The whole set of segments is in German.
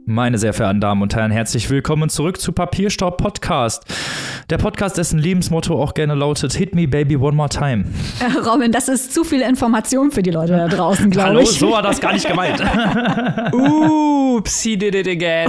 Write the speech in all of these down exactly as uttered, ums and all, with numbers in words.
Meine sehr verehrten Damen und Herren, herzlich willkommen zurück zu Papierstaub Podcast. Der Podcast, dessen Lebensmotto auch gerne lautet, Hit me baby one more time. Äh, Robin, das ist zu viel Information für die Leute da draußen, glaube Hallo, ich. so war das gar nicht gemeint. Oops, he did it again.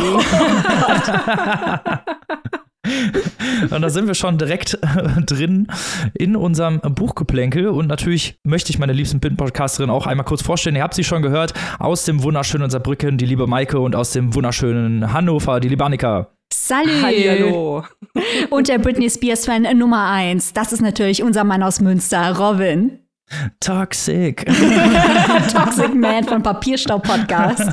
Und da sind wir schon direkt äh, drin in unserem Buchgeplänkel. Und natürlich möchte ich meine liebsten Bin-Podcasterin auch einmal kurz vorstellen. Ihr habt sie schon gehört, aus dem wunderschönen Saarbrücken, die liebe Maike, und aus dem wunderschönen Hannover, die liebe Annika. Salut! Hallihallo. Und der Britney Spears-Fan Nummer eins, das ist natürlich unser Mann aus Münster, Robin. Toxic. Toxic Man von Papierstaub Podcast.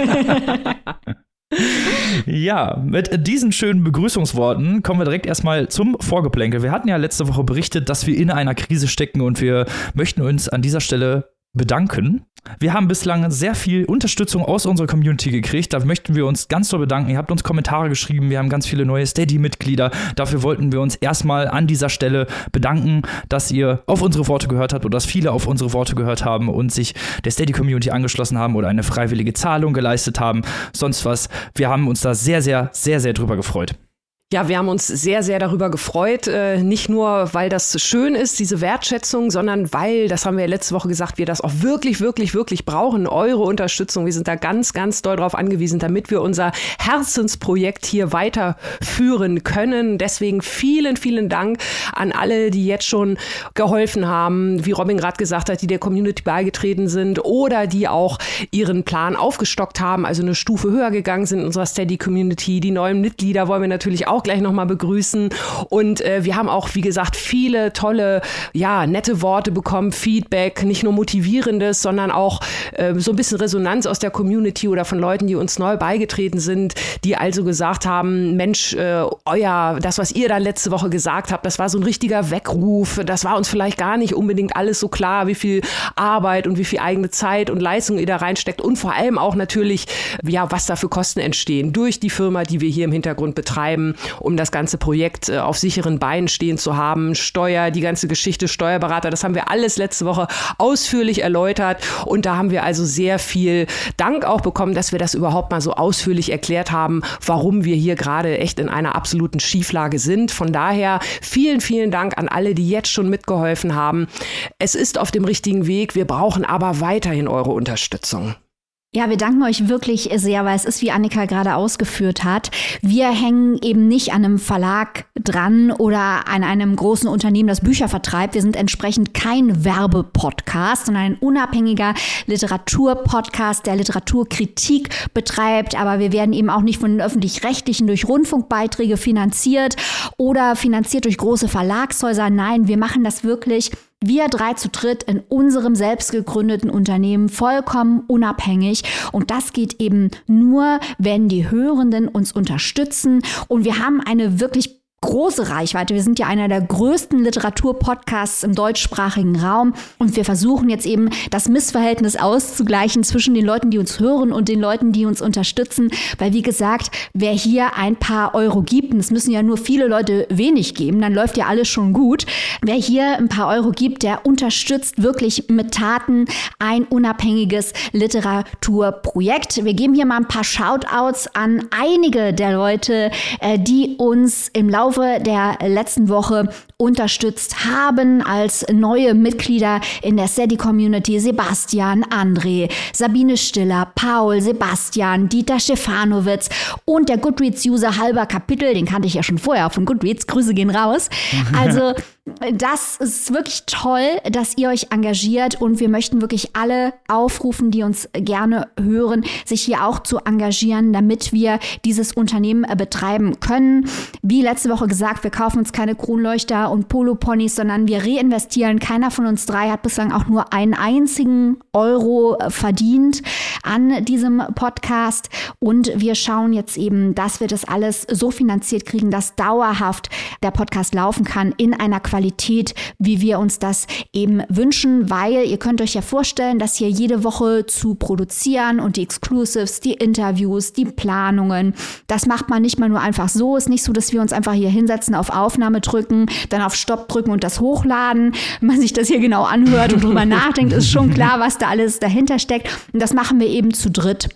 Ja, mit diesen schönen Begrüßungsworten kommen wir direkt erstmal zum Vorgeplänkel. Wir hatten ja letzte Woche berichtet, dass wir in einer Krise stecken und wir möchten uns an dieser Stelle bedanken. Wir haben bislang sehr viel Unterstützung aus unserer Community gekriegt. Da möchten wir uns ganz doll bedanken. Ihr habt uns Kommentare geschrieben. Wir haben ganz viele neue Steady-Mitglieder. Dafür wollten wir uns erstmal an dieser Stelle bedanken, dass ihr auf unsere Worte gehört habt oder dass viele auf unsere Worte gehört haben und sich der Steady-Community angeschlossen haben oder eine freiwillige Zahlung geleistet haben. Sonst was. Wir haben uns da sehr, sehr, sehr, sehr drüber gefreut. Ja, wir haben uns sehr, sehr darüber gefreut. Äh, nicht nur, weil das schön ist, diese Wertschätzung, sondern weil, das haben wir ja letzte Woche gesagt, wir das auch wirklich, wirklich, wirklich brauchen. Eure Unterstützung. Wir sind da ganz, ganz doll drauf angewiesen, damit wir unser Herzensprojekt hier weiterführen können. Deswegen vielen, vielen Dank an alle, die jetzt schon geholfen haben, wie Robin gerade gesagt hat, die der Community beigetreten sind oder die auch ihren Plan aufgestockt haben, also eine Stufe höher gegangen sind in unserer Steady-Community. Die neuen Mitglieder wollen wir natürlich auch gleich nochmal begrüßen. Und äh, wir haben auch, wie gesagt, viele tolle, ja, nette Worte bekommen, Feedback, nicht nur motivierendes, sondern auch äh, so ein bisschen Resonanz aus der Community oder von Leuten, die uns neu beigetreten sind, die also gesagt haben, Mensch, äh, euer, das, was ihr da letzte Woche gesagt habt, das war so ein richtiger Weckruf. Das war uns vielleicht gar nicht unbedingt alles so klar, wie viel Arbeit und wie viel eigene Zeit und Leistung ihr da reinsteckt und vor allem auch natürlich, ja, was da für Kosten entstehen durch die Firma, die wir hier im Hintergrund betreiben, um das ganze Projekt äh, auf sicheren Beinen stehen zu haben. Steuer, die ganze Geschichte, Steuerberater, das haben wir alles letzte Woche ausführlich erläutert. Und da haben wir also sehr viel Dank auch bekommen, dass wir das überhaupt mal so ausführlich erklärt haben, warum wir hier gerade echt in einer absoluten Schieflage sind. Von daher vielen, vielen Dank an alle, die jetzt schon mitgeholfen haben. Es ist auf dem richtigen Weg. Wir brauchen aber weiterhin eure Unterstützung. Ja, wir danken euch wirklich sehr, weil es ist, wie Annika gerade ausgeführt hat. Wir hängen eben nicht an einem Verlag dran oder an einem großen Unternehmen, das Bücher vertreibt. Wir sind entsprechend kein Werbepodcast, sondern ein unabhängiger Literaturpodcast, der Literaturkritik betreibt. Aber wir werden eben auch nicht von den Öffentlich-Rechtlichen durch Rundfunkbeiträge finanziert oder finanziert durch große Verlagshäuser. Nein, wir machen das wirklich wir drei zu dritt in unserem selbst gegründeten Unternehmen vollkommen unabhängig. Und das geht eben nur, wenn die Hörenden uns unterstützen. Und wir haben eine wirklich große Reichweite. Wir sind ja einer der größten Literaturpodcasts im deutschsprachigen Raum und wir versuchen jetzt eben das Missverhältnis auszugleichen zwischen den Leuten, die uns hören und den Leuten, die uns unterstützen, weil wie gesagt, wer hier ein paar Euro gibt, und es müssen ja nur viele Leute wenig geben, dann läuft ja alles schon gut. Wer hier ein paar Euro gibt, der unterstützt wirklich mit Taten ein unabhängiges Literaturprojekt. Wir geben hier mal ein paar Shoutouts an einige der Leute, die uns im Laufe der letzten Woche unterstützt haben als neue Mitglieder in der Steady-Community. Sebastian, André, Sabine Stiller, Paul, Sebastian, Dieter Stefanowitz und der Goodreads-User Halber Kapitel, den kannte ich ja schon vorher von Goodreads, Grüße gehen raus. Also das ist wirklich toll, dass ihr euch engagiert und wir möchten wirklich alle aufrufen, die uns gerne hören, sich hier auch zu engagieren, damit wir dieses Unternehmen betreiben können. Wie letzte Woche gesagt, wir kaufen uns keine Kronleuchter und Polo-Ponys, sondern wir reinvestieren. Keiner von uns drei hat bislang auch nur einen einzigen Euro verdient an diesem Podcast und wir schauen jetzt eben, dass wir das alles so finanziert kriegen, dass dauerhaft der Podcast laufen kann in einer Qualität, wie wir uns das eben wünschen, weil ihr könnt euch ja vorstellen, dass hier jede Woche zu produzieren und die Exclusives, die Interviews, die Planungen, das macht man nicht mal nur einfach so. Ist nicht so, dass wir uns einfach hier hinsetzen, auf Aufnahme drücken, dann auf Stopp drücken und das hochladen. Wenn man sich das hier genau anhört und drüber nachdenkt, ist schon klar, was da alles dahinter steckt. Und das machen wir eben zu dritt.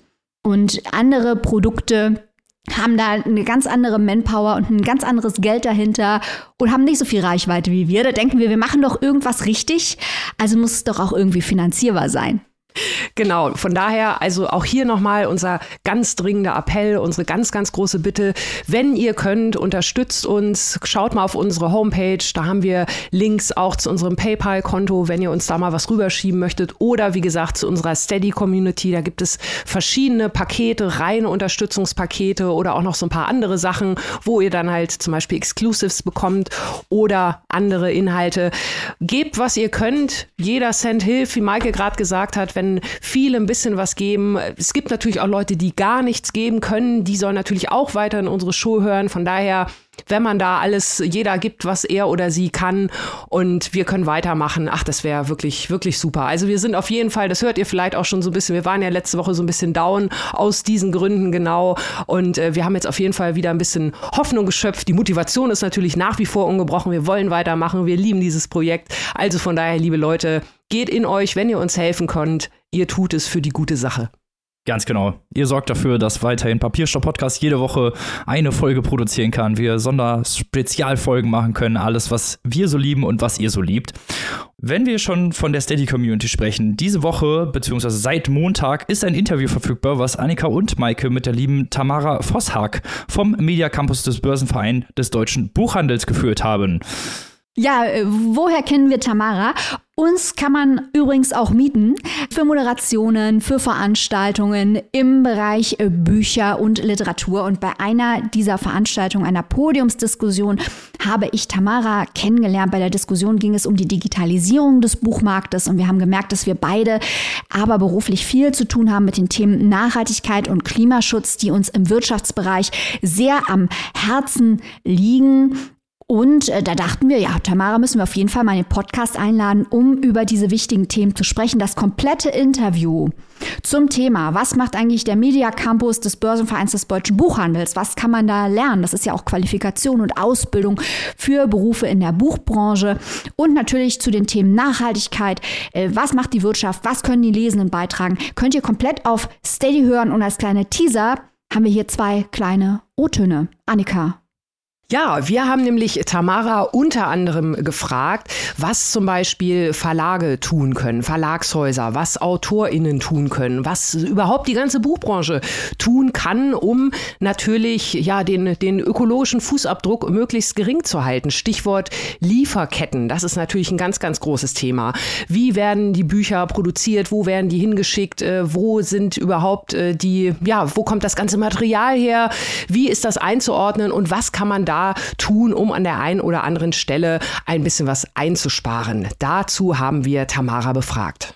Und andere Produkte haben da eine ganz andere Manpower und ein ganz anderes Geld dahinter und haben nicht so viel Reichweite wie wir. Da denken wir, wir machen doch irgendwas richtig, also muss es doch auch irgendwie finanzierbar sein. Genau, von daher also auch hier nochmal unser ganz dringender Appell, unsere ganz, ganz große Bitte, wenn ihr könnt, unterstützt uns, schaut mal auf unsere Homepage, da haben wir Links auch zu unserem PayPal-Konto, wenn ihr uns da mal was rüberschieben möchtet oder wie gesagt zu unserer Steady-Community, da gibt es verschiedene Pakete, reine Unterstützungspakete oder auch noch so ein paar andere Sachen, wo ihr dann halt zum Beispiel Exclusives bekommt oder andere Inhalte. Gebt, was ihr könnt, jeder Cent hilft, wie Maike gerade gesagt hat, wenn viele ein bisschen was geben. Es gibt natürlich auch Leute, die gar nichts geben können. Die sollen natürlich auch weiter in unsere Show hören. Von daher, wenn man da alles, jeder gibt, was er oder sie kann und wir können weitermachen, ach, das wäre wirklich, wirklich super. Also wir sind auf jeden Fall, das hört ihr vielleicht auch schon so ein bisschen, wir waren ja letzte Woche so ein bisschen down aus diesen Gründen genau und äh, wir haben jetzt auf jeden Fall wieder ein bisschen Hoffnung geschöpft. Die Motivation ist natürlich nach wie vor ungebrochen. Wir wollen weitermachen, wir lieben dieses Projekt. Also von daher, liebe Leute, geht in euch, wenn ihr uns helfen könnt. Ihr tut es für die gute Sache. Ganz genau. Ihr sorgt dafür, dass weiterhin Papierstopp Podcast jede Woche eine Folge produzieren kann. Wir Sonderspezialfolgen machen können. Alles, was wir so lieben und was ihr so liebt. Wenn wir schon von der Steady-Community sprechen, diese Woche, beziehungsweise seit Montag, ist ein Interview verfügbar, was Annika und Maike mit der lieben Tamara Vosshag vom Media Campus des Börsenvereins des Deutschen Buchhandels geführt haben. Ja, woher kennen wir Tamara? Uns kann man übrigens auch mieten für Moderationen, für Veranstaltungen im Bereich Bücher und Literatur. Und bei einer dieser Veranstaltungen, einer Podiumsdiskussion, habe ich Tamara kennengelernt. Bei der Diskussion ging es um die Digitalisierung des Buchmarktes und wir haben gemerkt, dass wir beide aber beruflich viel zu tun haben mit den Themen Nachhaltigkeit und Klimaschutz, die uns im Wirtschaftsbereich sehr am Herzen liegen. Und äh, da dachten wir, ja, Tamara müssen wir auf jeden Fall mal in den Podcast einladen, um über diese wichtigen Themen zu sprechen. Das komplette Interview zum Thema, was macht eigentlich der Media Campus des Börsenvereins des Deutschen Buchhandels? Was kann man da lernen? Das ist ja auch Qualifikation und Ausbildung für Berufe in der Buchbranche. Und natürlich zu den Themen Nachhaltigkeit. Äh, was macht die Wirtschaft? Was können die Lesenden beitragen? Könnt ihr komplett auf Steady hören. Und als kleine Teaser haben wir hier zwei kleine O-Töne. Annika. Ja, wir haben nämlich Tamara unter anderem gefragt, was zum Beispiel Verlage tun können, Verlagshäuser, was AutorInnen tun können, was überhaupt die ganze Buchbranche tun kann, um natürlich ja den, den ökologischen Fußabdruck möglichst gering zu halten. Stichwort Lieferketten, das ist natürlich ein ganz, ganz großes Thema. Wie werden die Bücher produziert, wo werden die hingeschickt, äh, wo sind überhaupt äh, die, ja, wo kommt das ganze Material her, wie ist das einzuordnen und was kann man da tun, um an der einen oder anderen Stelle ein bisschen was einzusparen. Dazu haben wir Tamara befragt.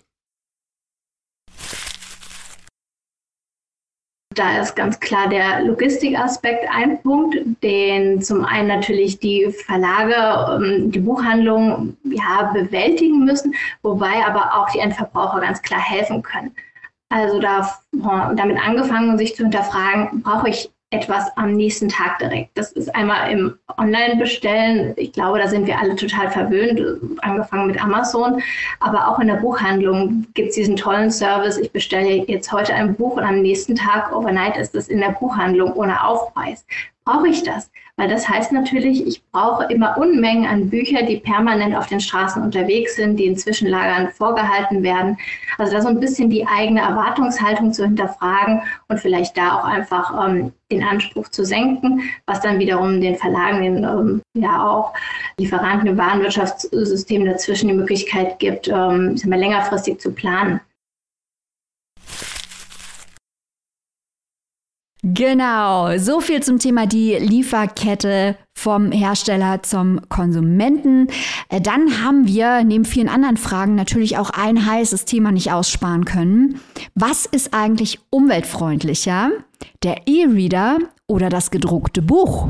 Da ist ganz klar der Logistikaspekt ein Punkt, den zum einen natürlich die Verlage, die Buchhandlungen ja, bewältigen müssen, wobei aber auch die Endverbraucher ganz klar helfen können. Also da, damit angefangen, sich zu hinterfragen, brauche ich etwas am nächsten Tag direkt. Das ist einmal im Online-Bestellen. Ich glaube, da sind wir alle total verwöhnt, angefangen mit Amazon. Aber auch in der Buchhandlung gibt es diesen tollen Service. Ich bestelle jetzt heute ein Buch und am nächsten Tag, overnight, ist es in der Buchhandlung ohne Aufpreis. Brauche ich das? Weil das heißt natürlich, ich brauche immer Unmengen an Büchern, die permanent auf den Straßen unterwegs sind, die in Zwischenlagern vorgehalten werden. Also da so ein bisschen die eigene Erwartungshaltung zu hinterfragen und vielleicht da auch einfach ähm, den Anspruch zu senken, was dann wiederum den Verlagen, den ähm, ja auch Lieferanten im Warenwirtschaftssystem dazwischen die Möglichkeit gibt, ähm, ich sag mal, längerfristig zu planen. Genau, so viel zum Thema die Lieferkette vom Hersteller zum Konsumenten. Dann haben wir neben vielen anderen Fragen natürlich auch ein heißes Thema nicht aussparen können. Was ist eigentlich umweltfreundlicher, der E-Reader oder das gedruckte Buch?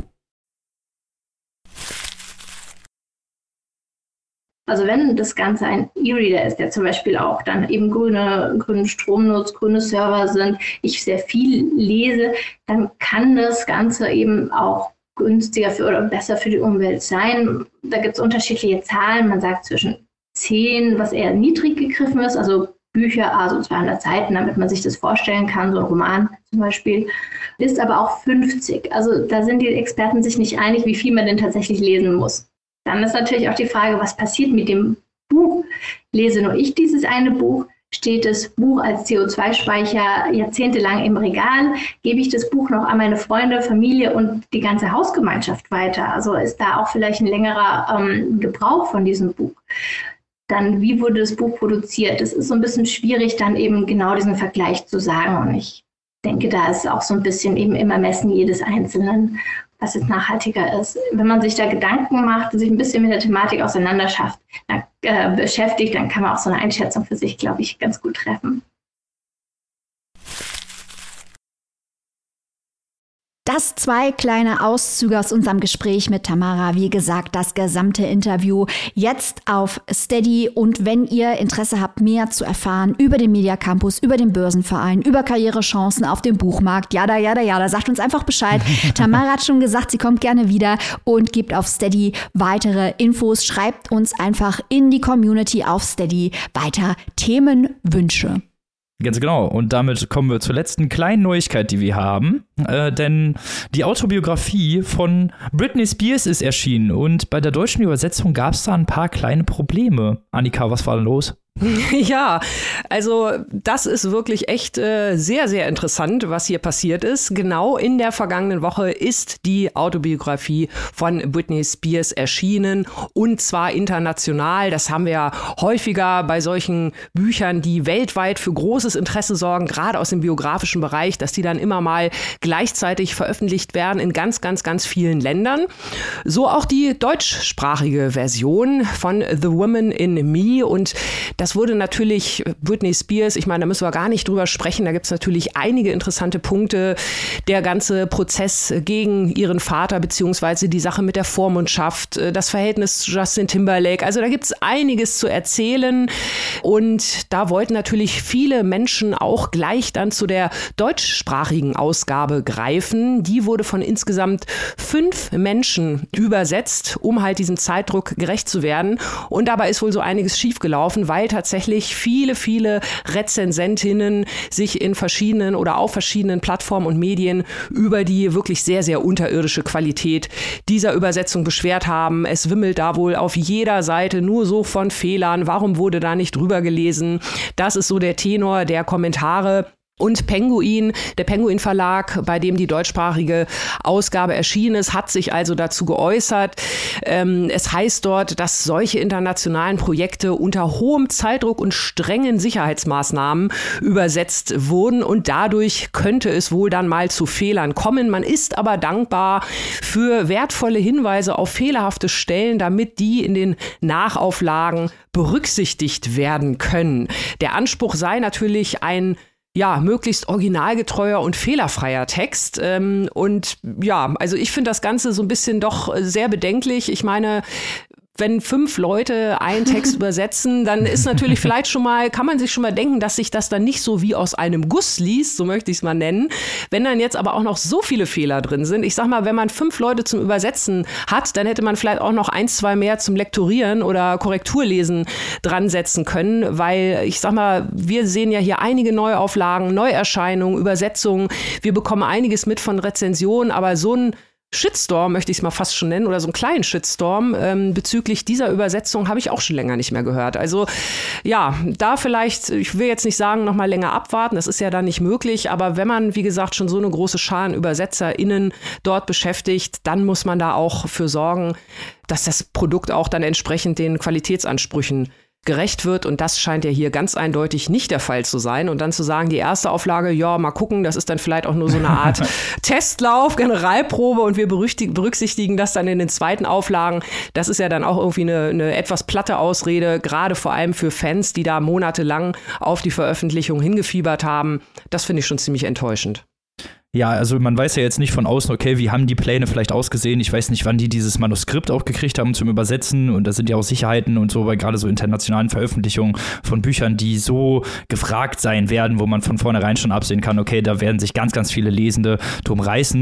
Also wenn das Ganze ein E-Reader ist, der zum Beispiel auch dann eben grüne, grünen Strom nutzt, grüne Server sind, ich sehr viel lese, dann kann das Ganze eben auch günstiger für oder besser für die Umwelt sein. Da gibt es unterschiedliche Zahlen. Man sagt zwischen zehn, was eher niedrig gegriffen ist, also Bücher, also zweihundert Seiten, damit man sich das vorstellen kann, so ein Roman zum Beispiel, ist aber auch fünfzig. Also da sind die Experten sich nicht einig, wie viel man denn tatsächlich lesen muss. Dann ist natürlich auch die Frage, was passiert mit dem Buch? Lese nur ich dieses eine Buch? Steht das Buch als C O zwei Speicher jahrzehntelang im Regal? Gebe ich das Buch noch an meine Freunde, Familie und die ganze Hausgemeinschaft weiter? Also ist da auch vielleicht ein längerer ähm, Gebrauch von diesem Buch? Dann, wie wurde das Buch produziert? Es ist so ein bisschen schwierig, dann eben genau diesen Vergleich zu sagen. Und ich denke, da ist auch so ein bisschen eben im Ermessen jedes Einzelnen, was jetzt nachhaltiger ist. Wenn man sich da Gedanken macht und sich ein bisschen mit der Thematik auseinanderschafft, dann, äh, beschäftigt, dann kann man auch so eine Einschätzung für sich, glaube ich, ganz gut treffen. Das zwei kleine Auszüge aus unserem Gespräch mit Tamara. Wie gesagt, das gesamte Interview jetzt auf Steady. Und wenn ihr Interesse habt, mehr zu erfahren über den Media Campus, über den Börsenverein, über Karrierechancen auf dem Buchmarkt, jada, jada, jada, sagt uns einfach Bescheid. Tamara hat schon gesagt, sie kommt gerne wieder und gibt auf Steady weitere Infos. Schreibt uns einfach in die Community auf Steady weiter Themenwünsche. Ganz genau. Und damit kommen wir zur letzten kleinen Neuigkeit, die wir haben. Äh, denn die Autobiografie von Britney Spears ist erschienen. Und bei der deutschen Übersetzung gab es da ein paar kleine Probleme. Annika, was war denn los? Ja, also das ist wirklich echt äh, sehr, sehr interessant, was hier passiert ist. Genau in der vergangenen Woche ist die Autobiografie von Britney Spears erschienen und zwar international. Das haben wir ja häufiger bei solchen Büchern, die weltweit für großes Interesse sorgen, gerade aus dem biografischen Bereich, dass die dann immer mal gleichzeitig veröffentlicht werden in ganz, ganz, ganz vielen Ländern. So auch die deutschsprachige Version von The Woman in Me und das Das wurde natürlich Britney Spears, ich meine, da müssen wir gar nicht drüber sprechen, da gibt es natürlich einige interessante Punkte. Der ganze Prozess gegen ihren Vater, beziehungsweise die Sache mit der Vormundschaft, das Verhältnis zu Justin Timberlake, also da gibt es einiges zu erzählen und da wollten natürlich viele Menschen auch gleich dann zu der deutschsprachigen Ausgabe greifen. Die wurde von insgesamt fünf Menschen übersetzt, um halt diesem Zeitdruck gerecht zu werden und dabei ist wohl so einiges schiefgelaufen, weil tatsächlich viele, viele Rezensentinnen sich in verschiedenen oder auf verschiedenen Plattformen und Medien über die wirklich sehr, sehr unterirdische Qualität dieser Übersetzung beschwert haben. Es wimmelt da wohl auf jeder Seite nur so von Fehlern. Warum wurde da nicht drüber gelesen? Das ist so der Tenor der Kommentare. Und Penguin, der Penguin Verlag, bei dem die deutschsprachige Ausgabe erschienen ist, hat sich also dazu geäußert. Ähm, es heißt dort, dass solche internationalen Projekte unter hohem Zeitdruck und strengen Sicherheitsmaßnahmen übersetzt wurden und dadurch könnte es wohl dann mal zu Fehlern kommen. Man ist aber dankbar für wertvolle Hinweise auf fehlerhafte Stellen, damit die in den Nachauflagen berücksichtigt werden können. Der Anspruch sei natürlich ein ja, möglichst originalgetreuer und fehlerfreier Text. Ähm, und ja, also ich finde das Ganze so ein bisschen doch sehr bedenklich. Ich meine, wenn fünf Leute einen Text übersetzen, dann ist natürlich vielleicht schon mal, kann man sich schon mal denken, dass sich das dann nicht so wie aus einem Guss liest, so möchte ich es mal nennen. Wenn dann jetzt aber auch noch so viele Fehler drin sind, ich sag mal, wenn man fünf Leute zum Übersetzen hat, dann hätte man vielleicht auch noch ein, zwei mehr zum Lektorieren oder Korrekturlesen dran setzen können, weil ich sag mal, wir sehen ja hier einige Neuauflagen, Neuerscheinungen, Übersetzungen, wir bekommen einiges mit von Rezensionen, aber so ein Shitstorm, möchte ich es mal fast schon nennen, oder so einen kleinen Shitstorm ähm, bezüglich dieser Übersetzung habe ich auch schon länger nicht mehr gehört. Also ja, da vielleicht, ich will jetzt nicht sagen, noch mal länger abwarten, das ist ja dann nicht möglich, aber wenn man, wie gesagt, schon so eine große Schar an ÜbersetzerInnen dort beschäftigt, dann muss man da auch für sorgen, dass das Produkt auch dann entsprechend den Qualitätsansprüchen gerecht wird und das scheint ja hier ganz eindeutig nicht der Fall zu sein und dann zu sagen, die erste Auflage, ja, mal gucken, das ist dann vielleicht auch nur so eine Art Testlauf, Generalprobe und wir berücksichtigen das dann in den zweiten Auflagen, das ist ja dann auch irgendwie eine, eine etwas platte Ausrede, gerade vor allem für Fans, die da monatelang auf die Veröffentlichung hingefiebert haben, das finde ich schon ziemlich enttäuschend. Ja, also man weiß ja jetzt nicht von außen, okay, wie haben die Pläne vielleicht ausgesehen? Ich weiß nicht, wann die dieses Manuskript auch gekriegt haben zum Übersetzen und da sind ja auch Sicherheiten und so, bei gerade so internationalen Veröffentlichungen von Büchern, die so gefragt sein werden, wo man von vornherein schon absehen kann, okay, da werden sich ganz, ganz viele Lesende drum reißen.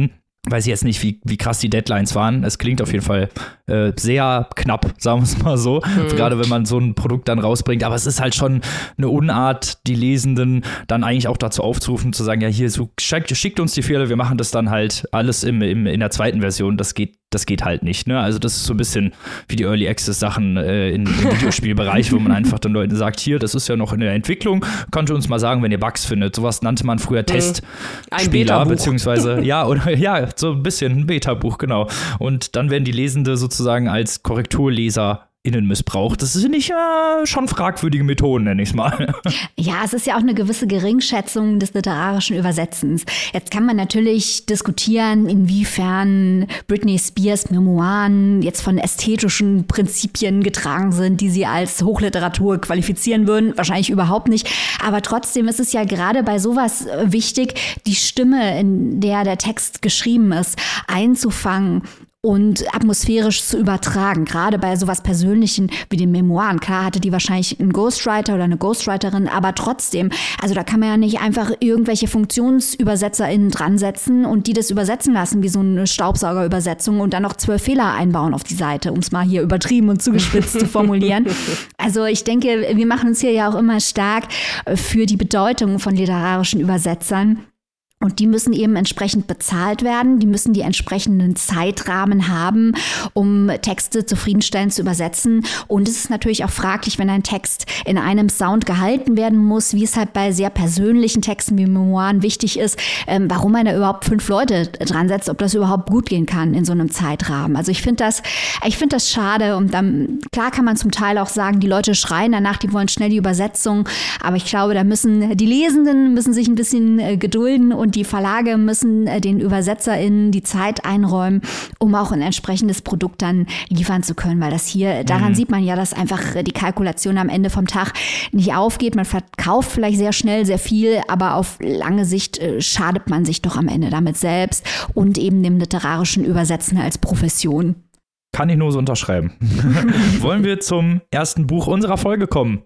weiß ich jetzt nicht, wie, wie krass die Deadlines waren. Es klingt auf jeden Fall äh, sehr knapp, sagen wir es mal so. Mhm. Gerade wenn man so ein Produkt dann rausbringt. Aber es ist halt schon eine Unart, die Lesenden dann eigentlich auch dazu aufzurufen, zu sagen, ja, hier, so, schickt, schickt uns die Fehler, wir machen das dann halt alles im, im, in der zweiten Version. Das geht, das geht halt nicht. Ne? Also das ist so ein bisschen wie die Early Access Sachen äh, in, im Videospielbereich, wo man einfach den Leuten sagt, hier, das ist ja noch in der Entwicklung, könnt ihr uns mal sagen, wenn ihr Bugs findet. Sowas nannte man früher Testspieler, beziehungsweise, ja, oder ja, so ein bisschen ein Beta-Buch, genau. Und dann werden die Lesende sozusagen als KorrekturleserInnen missbraucht. Das sind nicht äh, schon fragwürdige Methoden, nenne ich es mal. Ja, es ist ja auch eine gewisse Geringschätzung des literarischen Übersetzens. Jetzt kann man natürlich diskutieren, inwiefern Britney Spears Memoiren jetzt von ästhetischen Prinzipien getragen sind, die sie als Hochliteratur qualifizieren würden. Wahrscheinlich überhaupt nicht. Aber trotzdem ist es ja gerade bei sowas wichtig, die Stimme, in der der Text geschrieben ist, einzufangen und atmosphärisch zu übertragen, gerade bei sowas Persönlichen wie den Memoiren. Klar hatte die wahrscheinlich einen Ghostwriter oder eine Ghostwriterin, aber trotzdem, also da kann man ja nicht einfach irgendwelche FunktionsübersetzerInnen dran setzen und die das übersetzen lassen, wie so eine Staubsaugerübersetzung und dann noch zwölf Fehler einbauen auf die Seite, um es mal hier übertrieben und zugespitzt zu formulieren. Also ich denke, wir machen uns hier ja auch immer stark für die Bedeutung von literarischen Übersetzern. Und die müssen eben entsprechend bezahlt werden. Die müssen die entsprechenden Zeitrahmen haben, um Texte zufriedenstellend zu übersetzen. Und es ist natürlich auch fraglich, wenn ein Text in einem Sound gehalten werden muss, wie es halt bei sehr persönlichen Texten wie Memoiren wichtig ist, ähm, warum man da überhaupt fünf Leute dran setzt, ob das überhaupt gut gehen kann in so einem Zeitrahmen. Also ich finde das, ich finde das schade. Und dann, klar kann man zum Teil auch sagen, die Leute schreien danach, die wollen schnell die Übersetzung. Aber ich glaube, da müssen die Lesenden müssen sich ein bisschen äh, gedulden und die Verlage müssen den ÜbersetzerInnen die Zeit einräumen, um auch ein entsprechendes Produkt dann liefern zu können, weil das hier, daran mhm. sieht man ja, dass einfach die Kalkulation am Ende vom Tag nicht aufgeht. Man verkauft vielleicht sehr schnell sehr viel, aber auf lange Sicht äh, schadet man sich doch am Ende damit selbst und eben dem literarischen Übersetzen als Profession. Kann ich nur so unterschreiben. Wollen wir zum ersten Buch unserer Folge kommen?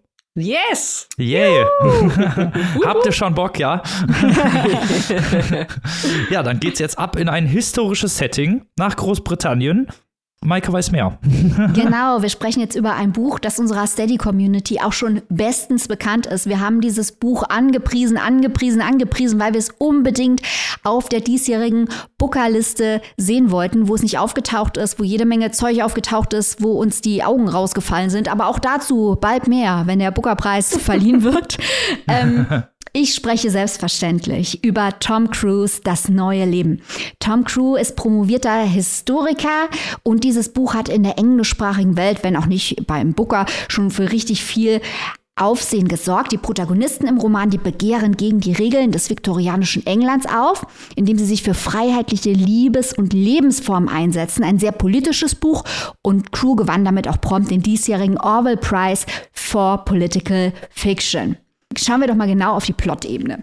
Yes! Yeah! Habt ihr schon Bock, ja? Ja, dann geht's jetzt ab in ein historisches Setting nach Großbritannien. Maike weiß mehr. Genau, wir sprechen jetzt über ein Buch, das unserer Steady-Community auch schon bestens bekannt ist. Wir haben dieses Buch angepriesen, angepriesen, angepriesen, weil wir es unbedingt auf der diesjährigen Booker-Liste sehen wollten, wo es nicht aufgetaucht ist, wo jede Menge Zeug aufgetaucht ist, wo uns die Augen rausgefallen sind. Aber auch dazu bald mehr, wenn der Booker-Preis verliehen wird. ähm, Ich spreche selbstverständlich über Tom Cruise, Das neue Leben. Tom Cruise ist promovierter Historiker und dieses Buch hat in der englischsprachigen Welt, wenn auch nicht beim Booker, schon für richtig viel Aufsehen gesorgt. Die Protagonisten im Roman, die begehren gegen die Regeln des viktorianischen Englands auf, indem sie sich für freiheitliche Liebes- und Lebensformen einsetzen. Ein sehr politisches Buch und Crew gewann damit auch prompt den diesjährigen Orwell Prize for Political Fiction. Schauen wir doch mal genau auf die Plot-Ebene.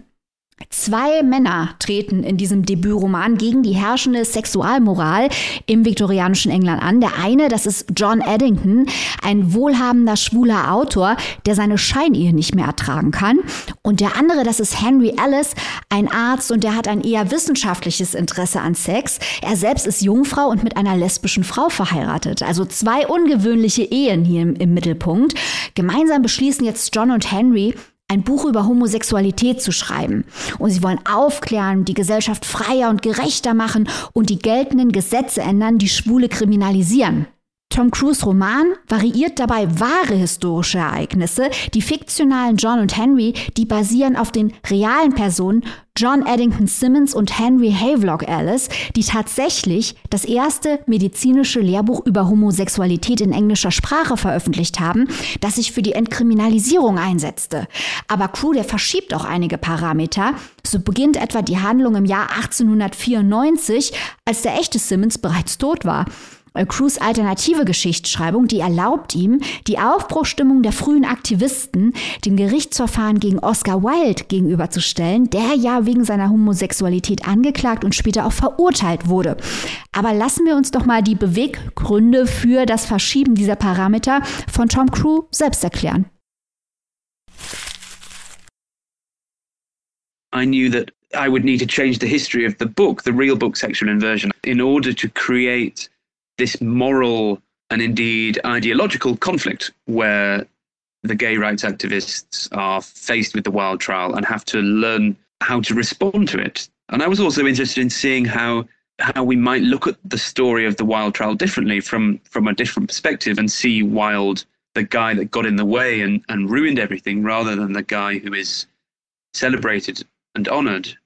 Zwei Männer treten in diesem Debütroman gegen die herrschende Sexualmoral im viktorianischen England an. Der eine, das ist John Addington, ein wohlhabender schwuler Autor, der seine Scheinehe nicht mehr ertragen kann. Und der andere, das ist Henry Ellis, ein Arzt und der hat ein eher wissenschaftliches Interesse an Sex. Er selbst ist Jungfrau und mit einer lesbischen Frau verheiratet. Also zwei ungewöhnliche Ehen hier im, im Mittelpunkt. Gemeinsam beschließen jetzt John und Henry, ein Buch über Homosexualität zu schreiben. Und sie wollen aufklären, die Gesellschaft freier und gerechter machen und die geltenden Gesetze ändern, die Schwule kriminalisieren. Tom Cruise' Roman variiert dabei wahre historische Ereignisse. Die fiktionalen John und Henry, die basieren auf den realen Personen John Addington Symonds und Henry Havelock Ellis, die tatsächlich das erste medizinische Lehrbuch über Homosexualität in englischer Sprache veröffentlicht haben, das sich für die Entkriminalisierung einsetzte. Aber Crew, der verschiebt auch einige Parameter. So beginnt etwa die Handlung im Jahr achtzehnhundertvierundneunzig, als der echte Symonds bereits tot war. Crews alternative Geschichtsschreibung, die erlaubt ihm, die Aufbruchstimmung der frühen Aktivisten dem Gerichtsverfahren gegen Oscar Wilde gegenüberzustellen, der ja wegen seiner Homosexualität angeklagt und später auch verurteilt wurde. Aber lassen wir uns doch mal die Beweggründe für das Verschieben dieser Parameter von Tom Cruise selbst erklären. I knew that I would need to change the history of the book, the real book section and version, in order to create this moral and indeed ideological conflict where the gay rights activists are faced with the Wilde trial and have to learn how to respond to it. And I was also interested in seeing how how we might look at the story of the Wilde trial differently from, from a different perspective and see Wilde, the guy that got in the way and, and ruined everything, rather than the guy who is celebrated and honored.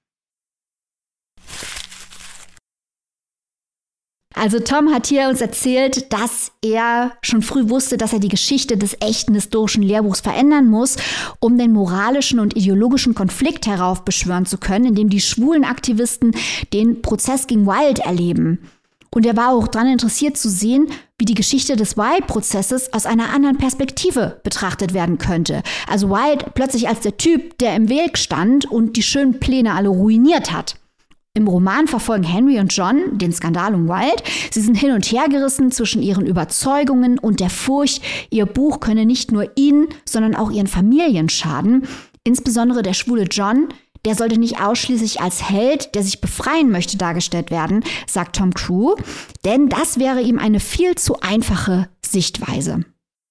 Also Tom hat hier uns erzählt, dass er schon früh wusste, dass er die Geschichte des echten historischen Lehrbuchs verändern muss, um den moralischen und ideologischen Konflikt heraufbeschwören zu können, in dem die schwulen Aktivisten den Prozess gegen Wilde erleben. Und er war auch daran interessiert zu sehen, wie die Geschichte des Wilde-Prozesses aus einer anderen Perspektive betrachtet werden könnte. Also Wilde plötzlich als der Typ, der im Weg stand und die schönen Pläne alle ruiniert hat. Im Roman verfolgen Henry und John den Skandal um Wilde. Sie sind hin und her gerissen zwischen ihren Überzeugungen und der Furcht, ihr Buch könne nicht nur ihnen, sondern auch ihren Familien schaden. Insbesondere der schwule John, der sollte nicht ausschließlich als Held, der sich befreien möchte, dargestellt werden, sagt Tom Crew, denn das wäre ihm eine viel zu einfache Sichtweise.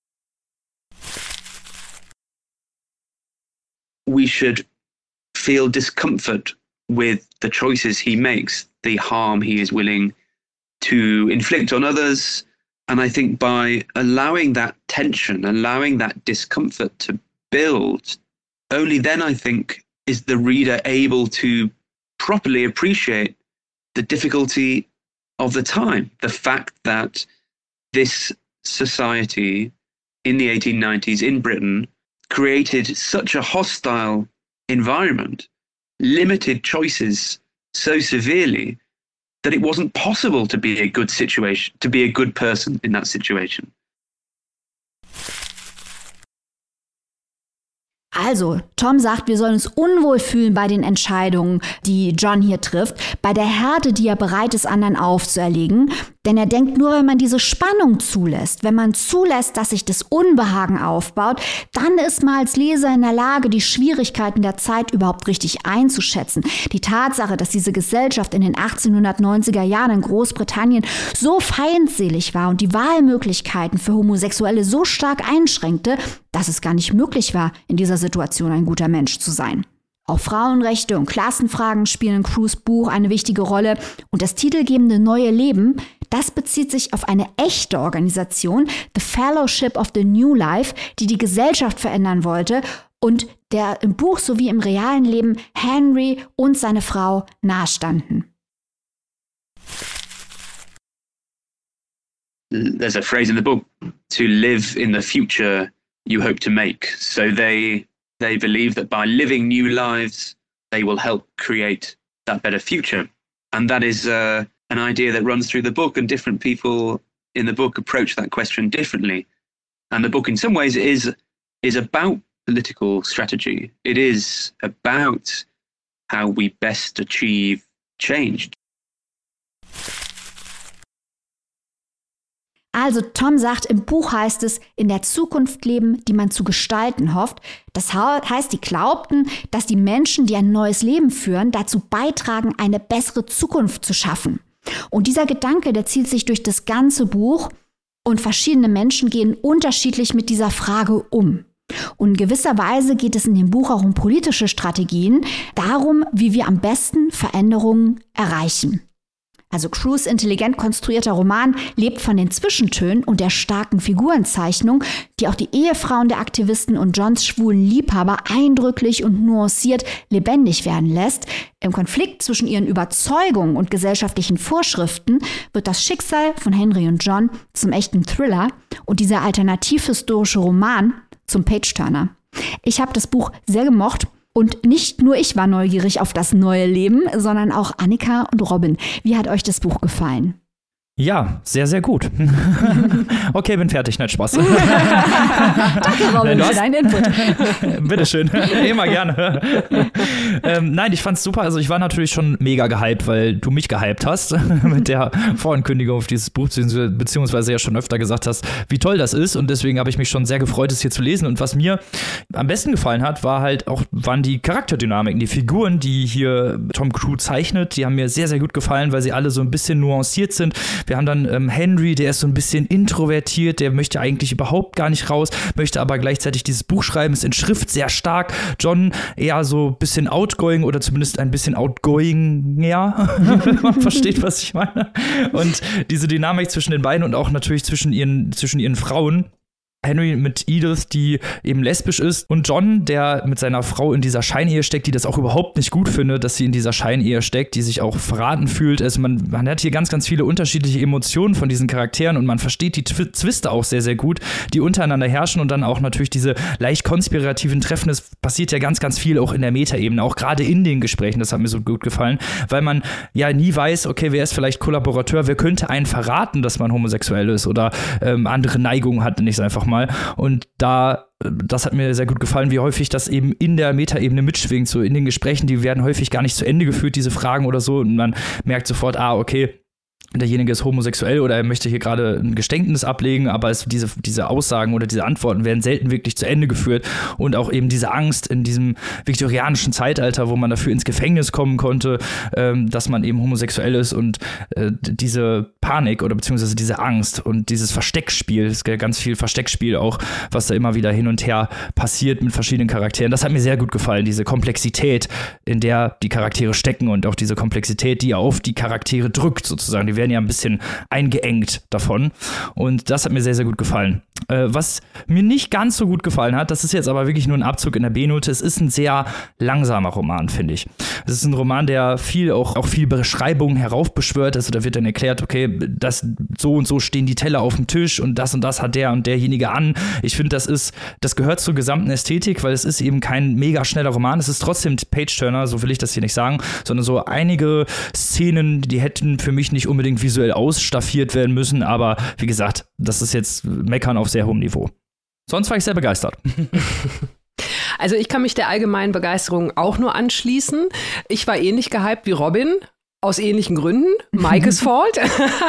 We should feel discomfort with the choices he makes, the harm he is willing to inflict on others. And I think by allowing that tension, allowing that discomfort to build, only then I think is the reader able to properly appreciate the difficulty of the time. The fact that this society in the eighteen nineties in Britain created such a hostile environment, limited choices so severely that it wasn't possible to be a good situation, to be a good person in that situation. Also, Tom sagt, wir sollen uns unwohl fühlen bei den Entscheidungen, die John hier trifft, bei der Härte, die er bereit ist, anderen aufzuerlegen. Denn er denkt, nur wenn man diese Spannung zulässt, wenn man zulässt, dass sich das Unbehagen aufbaut, dann ist man als Leser in der Lage, die Schwierigkeiten der Zeit überhaupt richtig einzuschätzen. Die Tatsache, dass diese Gesellschaft in den achtzehnhundertneunziger Jahren in Großbritannien so feindselig war und die Wahlmöglichkeiten für Homosexuelle so stark einschränkte, dass es gar nicht möglich war, in dieser Situation ein guter Mensch zu sein. Auch Frauenrechte und Klassenfragen spielen in Crews Buch eine wichtige Rolle. Und das titelgebende Neue Leben, das bezieht sich auf eine echte Organisation, The Fellowship of the New Life, die die Gesellschaft verändern wollte und der im Buch sowie im realen Leben Henry und seine Frau nahestanden. There's a phrase in the book, to live in the future you hope to make. So they they believe that by living new lives, they will help create that better future. And that is uh, an idea that runs through the book, and different people in the book approach that question differently. And the book in some ways is is about political strategy. It is about how we best achieve change. Also Tom sagt, im Buch heißt es, in der Zukunft leben, die man zu gestalten hofft. Das heißt, die glaubten, dass die Menschen, die ein neues Leben führen, dazu beitragen, eine bessere Zukunft zu schaffen. Und dieser Gedanke, der zieht sich durch das ganze Buch und verschiedene Menschen gehen unterschiedlich mit dieser Frage um. Und in gewisser Weise geht es in dem Buch auch um politische Strategien, darum, wie wir am besten Veränderungen erreichen. Also Crews intelligent konstruierter Roman lebt von den Zwischentönen und der starken Figurenzeichnung, die auch die Ehefrauen der Aktivisten und Johns schwulen Liebhaber eindrücklich und nuanciert lebendig werden lässt. Im Konflikt zwischen ihren Überzeugungen und gesellschaftlichen Vorschriften wird das Schicksal von Henry und John zum echten Thriller und dieser alternativ-historische Roman zum Page-Turner. Ich habe das Buch sehr gemocht. Und nicht nur ich war neugierig auf das neue Leben, sondern auch Annika und Robin. Wie hat euch das Buch gefallen? Ja, sehr, sehr gut. Okay, bin fertig, nicht Spaß. Danke, Robin, für deinen Input. Bitteschön, immer gerne. ähm, nein, ich fand's super. Also ich war natürlich schon mega gehypt, weil du mich gehypt hast mit der Vorankündigung auf dieses Buch, beziehungsweise ja schon öfter gesagt hast, wie toll das ist. Und deswegen habe ich mich schon sehr gefreut, es hier zu lesen. Und was mir am besten gefallen hat, war halt auch, waren die Charakterdynamiken, die Figuren, die hier Tom Crew zeichnet. Die haben mir sehr, sehr gut gefallen, weil sie alle so ein bisschen nuanciert sind. Wir haben dann ähm, Henry, der ist so ein bisschen introvertiert, der möchte eigentlich überhaupt gar nicht raus, möchte aber gleichzeitig dieses Buch schreiben, ist in Schrift sehr stark. John eher so ein bisschen outgoing oder zumindest ein bisschen outgoing, ja, wenn man versteht, was ich meine. Und diese Dynamik zwischen den beiden und auch natürlich zwischen ihren, zwischen ihren Frauen. Henry mit Edith, die eben lesbisch ist, und John, der mit seiner Frau in dieser Scheinehe steckt, die das auch überhaupt nicht gut findet, dass sie in dieser Scheinehe steckt, die sich auch verraten fühlt. Also man, man hat hier ganz, ganz viele unterschiedliche Emotionen von diesen Charakteren und man versteht die Tw- Zwiste auch sehr, sehr gut, die untereinander herrschen und dann auch natürlich diese leicht konspirativen Treffen. Es passiert ja ganz, ganz viel auch in der Metaebene, auch gerade in den Gesprächen, das hat mir so gut gefallen, weil man ja nie weiß, okay, wer ist vielleicht Kollaborateur, wer könnte einen verraten, dass man homosexuell ist oder ähm, andere Neigungen hat, nenne ich es einfach mal. Und da, das hat mir sehr gut gefallen, wie häufig das eben in der Metaebene mitschwingt, so in den Gesprächen, die werden häufig gar nicht zu Ende geführt, diese Fragen oder so, und man merkt sofort, ah, okay, derjenige ist homosexuell oder er möchte hier gerade ein Geständnis ablegen, aber es, diese, diese Aussagen oder diese Antworten werden selten wirklich zu Ende geführt und auch eben diese Angst in diesem viktorianischen Zeitalter, wo man dafür ins Gefängnis kommen konnte, ähm, dass man eben homosexuell ist und äh, diese Panik oder beziehungsweise diese Angst und dieses Versteckspiel, es gibt ganz viel Versteckspiel auch, was da immer wieder hin und her passiert mit verschiedenen Charakteren, das hat mir sehr gut gefallen, diese Komplexität, in der die Charaktere stecken und auch diese Komplexität, die auf die Charaktere drückt sozusagen, die werden ja ein bisschen eingeengt davon. Und das hat mir sehr, sehr gut gefallen. Äh, was mir nicht ganz so gut gefallen hat, das ist jetzt aber wirklich nur ein Abzug in der B-Note, es ist ein sehr langsamer Roman, finde ich. Es ist ein Roman, der viel, auch, auch viel Beschreibungen heraufbeschwört. Also da wird dann erklärt, okay, das, so und so stehen die Teller auf dem Tisch und das und das hat der und derjenige an. Ich finde, das ist, das gehört zur gesamten Ästhetik, weil es ist eben kein mega schneller Roman. Es ist trotzdem Page-Turner, so will ich das hier nicht sagen, sondern so einige Szenen, die hätten für mich nicht unbedingt visuell ausstaffiert werden müssen, aber wie gesagt, das ist jetzt Meckern auf sehr hohem Niveau. Sonst war ich sehr begeistert. Also ich kann mich der allgemeinen Begeisterung auch nur anschließen. Ich war ähnlich gehypt wie Robin. Aus ähnlichen Gründen. Maikes Fault.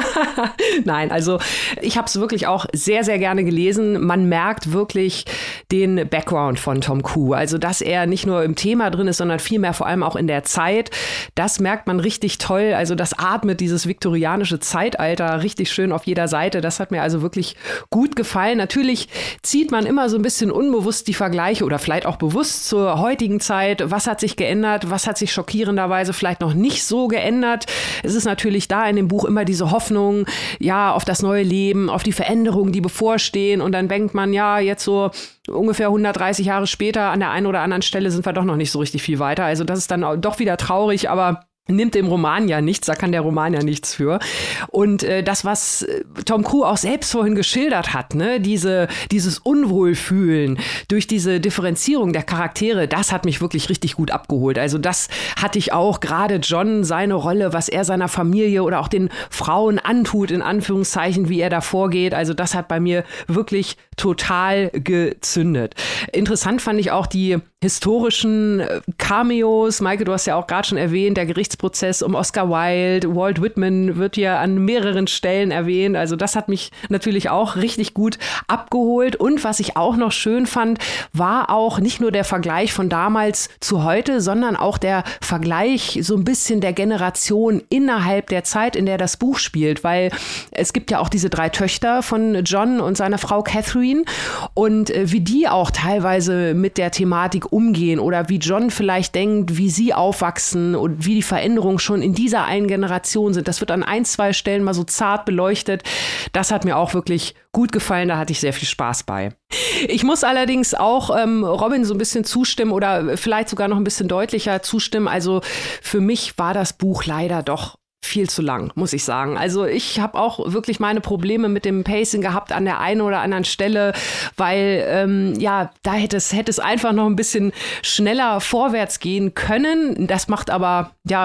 Nein, also ich habe es wirklich auch sehr, sehr gerne gelesen. Man merkt wirklich den Background von Tom Crew. Also, dass er nicht nur im Thema drin ist, sondern vielmehr vor allem auch in der Zeit. Das merkt man richtig toll. Also, das atmet dieses viktorianische Zeitalter richtig schön auf jeder Seite. Das hat mir also wirklich gut gefallen. Natürlich zieht man immer so ein bisschen unbewusst die Vergleiche oder vielleicht auch bewusst zur heutigen Zeit. Was hat sich geändert? Was hat sich schockierenderweise vielleicht noch nicht so geändert? Es ist natürlich da in dem Buch immer diese Hoffnung, ja, auf das neue Leben, auf die Veränderungen, die bevorstehen. Und dann denkt man, ja, jetzt so ungefähr hundertdreißig Jahre später an der einen oder anderen Stelle sind wir doch noch nicht so richtig viel weiter. Also das ist dann doch wieder traurig, aber nimmt dem Roman ja nichts, da kann der Roman ja nichts für. Und äh, das, was Tom Crew auch selbst vorhin geschildert hat, ne, diese, dieses Unwohlfühlen durch diese Differenzierung der Charaktere, das hat mich wirklich richtig gut abgeholt. Also das hatte ich auch, gerade John, seine Rolle, was er seiner Familie oder auch den Frauen antut, in Anführungszeichen, wie er da vorgeht. Also das hat bei mir wirklich total gezündet. Interessant fand ich auch die historischen Cameos. Maike, du hast ja auch gerade schon erwähnt, der Gerichtsprozess um Oscar Wilde, Walt Whitman wird ja an mehreren Stellen erwähnt. Also das hat mich natürlich auch richtig gut abgeholt. Und was ich auch noch schön fand, war auch nicht nur der Vergleich von damals zu heute, sondern auch der Vergleich so ein bisschen der Generation innerhalb der Zeit, in der das Buch spielt. Weil es gibt ja auch diese drei Töchter von John und seiner Frau Catherine und äh, wie die auch teilweise mit der Thematik umgehen oder wie John vielleicht denkt, wie sie aufwachsen und wie die Veränderungen schon in dieser einen Generation sind. Das wird an ein, zwei Stellen mal so zart beleuchtet. Das hat mir auch wirklich gut gefallen, da hatte ich sehr viel Spaß bei. Ich muss allerdings auch ähm, Robin so ein bisschen zustimmen oder vielleicht sogar noch ein bisschen deutlicher zustimmen. Also für mich war das Buch leider doch viel zu lang, muss ich sagen. Also ich habe auch wirklich meine Probleme mit dem Pacing gehabt an der einen oder anderen Stelle, weil ähm, ja, da hätte es, hätte es einfach noch ein bisschen schneller vorwärts gehen können. Das macht aber ja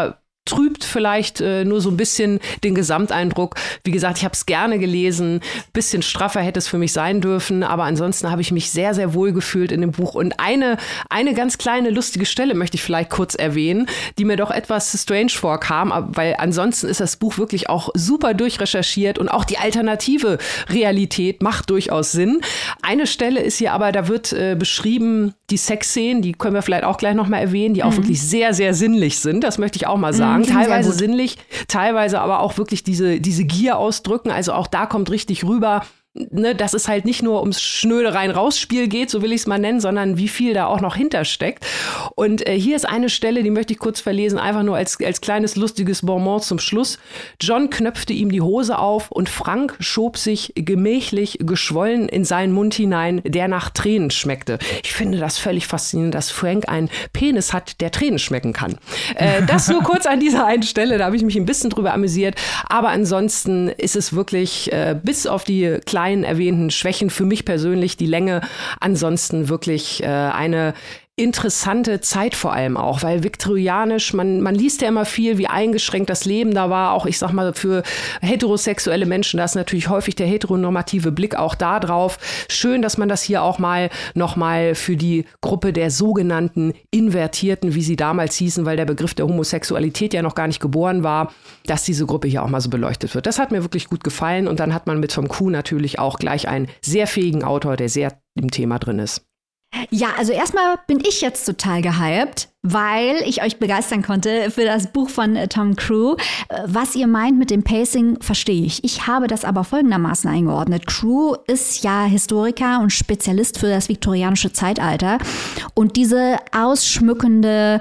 trübt vielleicht äh, nur so ein bisschen den Gesamteindruck. Wie gesagt, ich habe es gerne gelesen. Bisschen straffer hätte es für mich sein dürfen, aber ansonsten habe ich mich sehr, sehr wohl gefühlt in dem Buch. Und eine, eine ganz kleine lustige Stelle möchte ich vielleicht kurz erwähnen, die mir doch etwas strange vorkam, weil ansonsten ist das Buch wirklich auch super durchrecherchiert und auch die alternative Realität macht durchaus Sinn. Eine Stelle ist hier aber, da wird äh, beschrieben, die Sexszenen, die können wir vielleicht auch gleich noch mal erwähnen, die auch mhm. wirklich sehr, sehr sinnlich sind. Das möchte ich auch mal sagen. Mhm, teilweise sinnlich, teilweise aber auch wirklich diese, diese Gier ausdrücken. Also auch da kommt richtig rüber, ne, dass es halt nicht nur ums schnöde Rein-Raus-Spiel geht, so will ich es mal nennen, sondern wie viel da auch noch hintersteckt. Und äh, hier ist eine Stelle, die möchte ich kurz verlesen, einfach nur als, als kleines lustiges Bonbon zum Schluss. John knöpfte ihm die Hose auf und Frank schob sich gemächlich geschwollen in seinen Mund hinein, der nach Tränen schmeckte. Ich finde das völlig faszinierend, dass Frank einen Penis hat, der Tränen schmecken kann. Äh, das nur kurz an dieser einen Stelle, da habe ich mich ein bisschen drüber amüsiert. Aber ansonsten ist es wirklich äh, bis auf die kleinen erwähnten Schwächen für mich persönlich die Länge, ansonsten wirklich äh, eine interessante Zeit vor allem auch, weil viktorianisch, man, man liest ja immer viel, wie eingeschränkt das Leben da war, auch ich sag mal für heterosexuelle Menschen, da ist natürlich häufig der heteronormative Blick auch da drauf. Schön, dass man das hier auch mal nochmal für die Gruppe der sogenannten Invertierten, wie sie damals hießen, weil der Begriff der Homosexualität ja noch gar nicht geboren war, dass diese Gruppe hier auch mal so beleuchtet wird. Das hat mir wirklich gut gefallen und dann hat man mit Tom Q natürlich auch gleich einen sehr fähigen Autor, der sehr im Thema drin ist. Ja, also erstmal bin ich jetzt total gehypt, weil ich euch begeistern konnte für das Buch von äh, Tom Crew. Äh, was ihr meint mit dem Pacing, verstehe ich. Ich habe das aber folgendermaßen eingeordnet. Crew ist ja Historiker und Spezialist für das viktorianische Zeitalter. Und diese ausschmückende,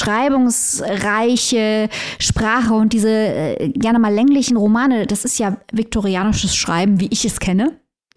beschreibungsreiche Sprache und diese äh, gerne mal länglichen Romane, das ist ja viktorianisches Schreiben, wie ich es kenne.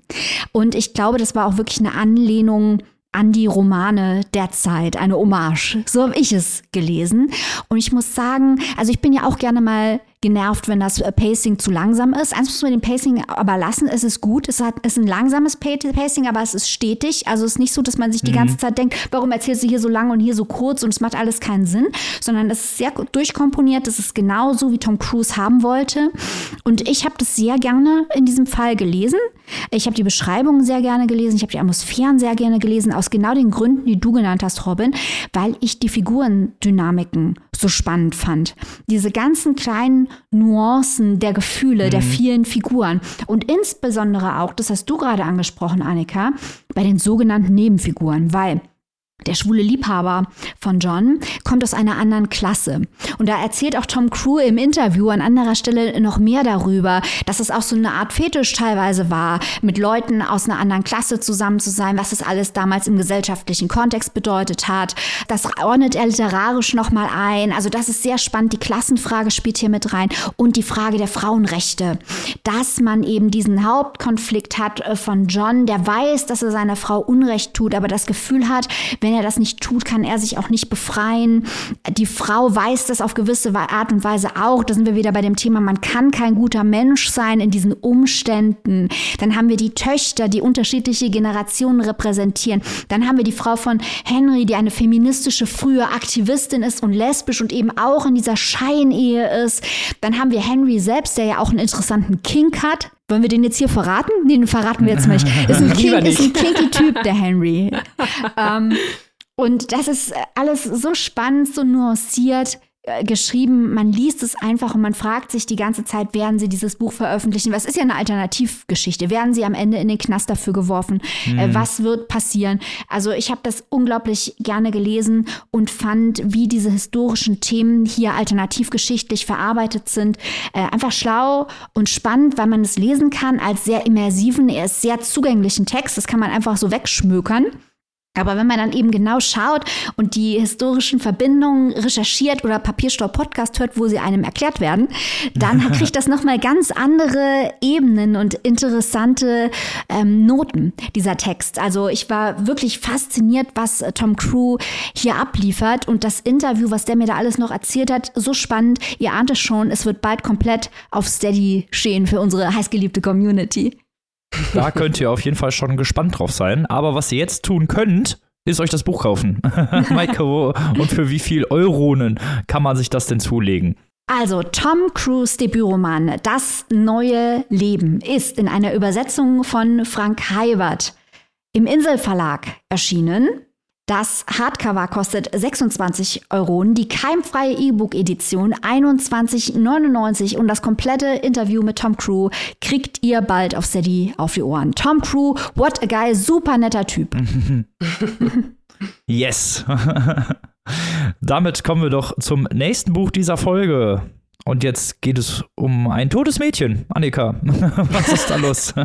Und ich glaube, das war auch wirklich eine Anlehnung an die Romane der Zeit, eine Hommage. So habe ich es gelesen. Und ich muss sagen, also ich bin ja auch gerne mal genervt, wenn das Pacing zu langsam ist. Eins muss man den Pacing aber lassen, es ist gut. Es hat, es ist ein langsames Pacing, aber es ist stetig. Also es ist nicht so, dass man sich die mhm. ganze Zeit denkt, warum erzählst du hier so lang und hier so kurz und es macht alles keinen Sinn, sondern es ist sehr durchkomponiert. Es ist genauso, wie Tom Cruise haben wollte. Und ich habe das sehr gerne in diesem Fall gelesen. Ich habe die Beschreibungen sehr gerne gelesen. Ich habe die Atmosphären sehr gerne gelesen, aus genau den Gründen, die du genannt hast, Robin, weil ich die Figurendynamiken so spannend fand. Diese ganzen kleinen Nuancen der Gefühle, mhm. der vielen Figuren und insbesondere auch, das hast du gerade angesprochen, Annika, bei den sogenannten Nebenfiguren, weil der schwule Liebhaber von John kommt aus einer anderen Klasse. Und da erzählt auch Tom Crew im Interview an anderer Stelle noch mehr darüber, dass es auch so eine Art Fetisch teilweise war, mit Leuten aus einer anderen Klasse zusammen zu sein, was das alles damals im gesellschaftlichen Kontext bedeutet hat. Das ordnet er literarisch nochmal ein. Also das ist sehr spannend. Die Klassenfrage spielt hier mit rein und die Frage der Frauenrechte. Dass man eben diesen Hauptkonflikt hat von John, der weiß, dass er seiner Frau Unrecht tut, aber das Gefühl hat, wenn er das nicht tut, kann er sich auch nicht befreien. Die Frau weiß das auf gewisse Art und Weise auch. Da sind wir wieder bei dem Thema, man kann kein guter Mensch sein in diesen Umständen. Dann haben wir die Töchter, die unterschiedliche Generationen repräsentieren. Dann haben wir die Frau von Henry, die eine feministische, frühe Aktivistin ist und lesbisch und eben auch in dieser Scheinehe ist. Dann haben wir Henry selbst, der ja auch einen interessanten Kink hat. Wollen wir den jetzt hier verraten? Nee, den verraten wir jetzt nicht. Ist ein, Kink, ist ein kinky Typ, der Henry. ähm, und das ist alles so spannend, so nuanciert äh, geschrieben. Man liest es einfach und man fragt sich die ganze Zeit, werden sie dieses Buch veröffentlichen? Was ist ja eine Alternativgeschichte? Werden sie am Ende in den Knast dafür geworfen? Mhm. Äh, was wird passieren? Also ich habe das unglaublich gerne gelesen und fand, wie diese historischen Themen hier alternativgeschichtlich verarbeitet sind. Äh, einfach schlau und spannend, weil man es lesen kann als sehr immersiven, er ist sehr zugänglichen Text. Das kann man einfach so wegschmökern. Aber wenn man dann eben genau schaut und die historischen Verbindungen recherchiert oder Papierstau-Podcast hört, wo sie einem erklärt werden, dann kriegt das nochmal ganz andere Ebenen und interessante ähm, Noten, dieser Text. Also ich war wirklich fasziniert, was äh, Tom Crew hier abliefert und das Interview, was der mir da alles noch erzählt hat, so spannend. Ihr ahnt es schon, es wird bald komplett auf Steady stehen für unsere heißgeliebte Community. Da könnt ihr auf jeden Fall schon gespannt drauf sein. Aber was ihr jetzt tun könnt, ist euch das Buch kaufen. Maike, und für wie viel Euronen kann man sich das denn zulegen? Also Tom Cruise Debütroman Das neue Leben ist in einer Übersetzung von Frank Heiwert im Inselverlag erschienen. Das Hardcover kostet sechsundzwanzig Euro, die keimfreie E-Book-Edition einundzwanzig neunundneunzig und das komplette Interview mit Tom Cruise kriegt ihr bald auf Steady auf die Ohren. Tom Cruise, what a guy, super netter Typ. Yes. Damit kommen wir doch zum nächsten Buch dieser Folge. Und jetzt geht es um ein totes Mädchen. Annika, was ist da los?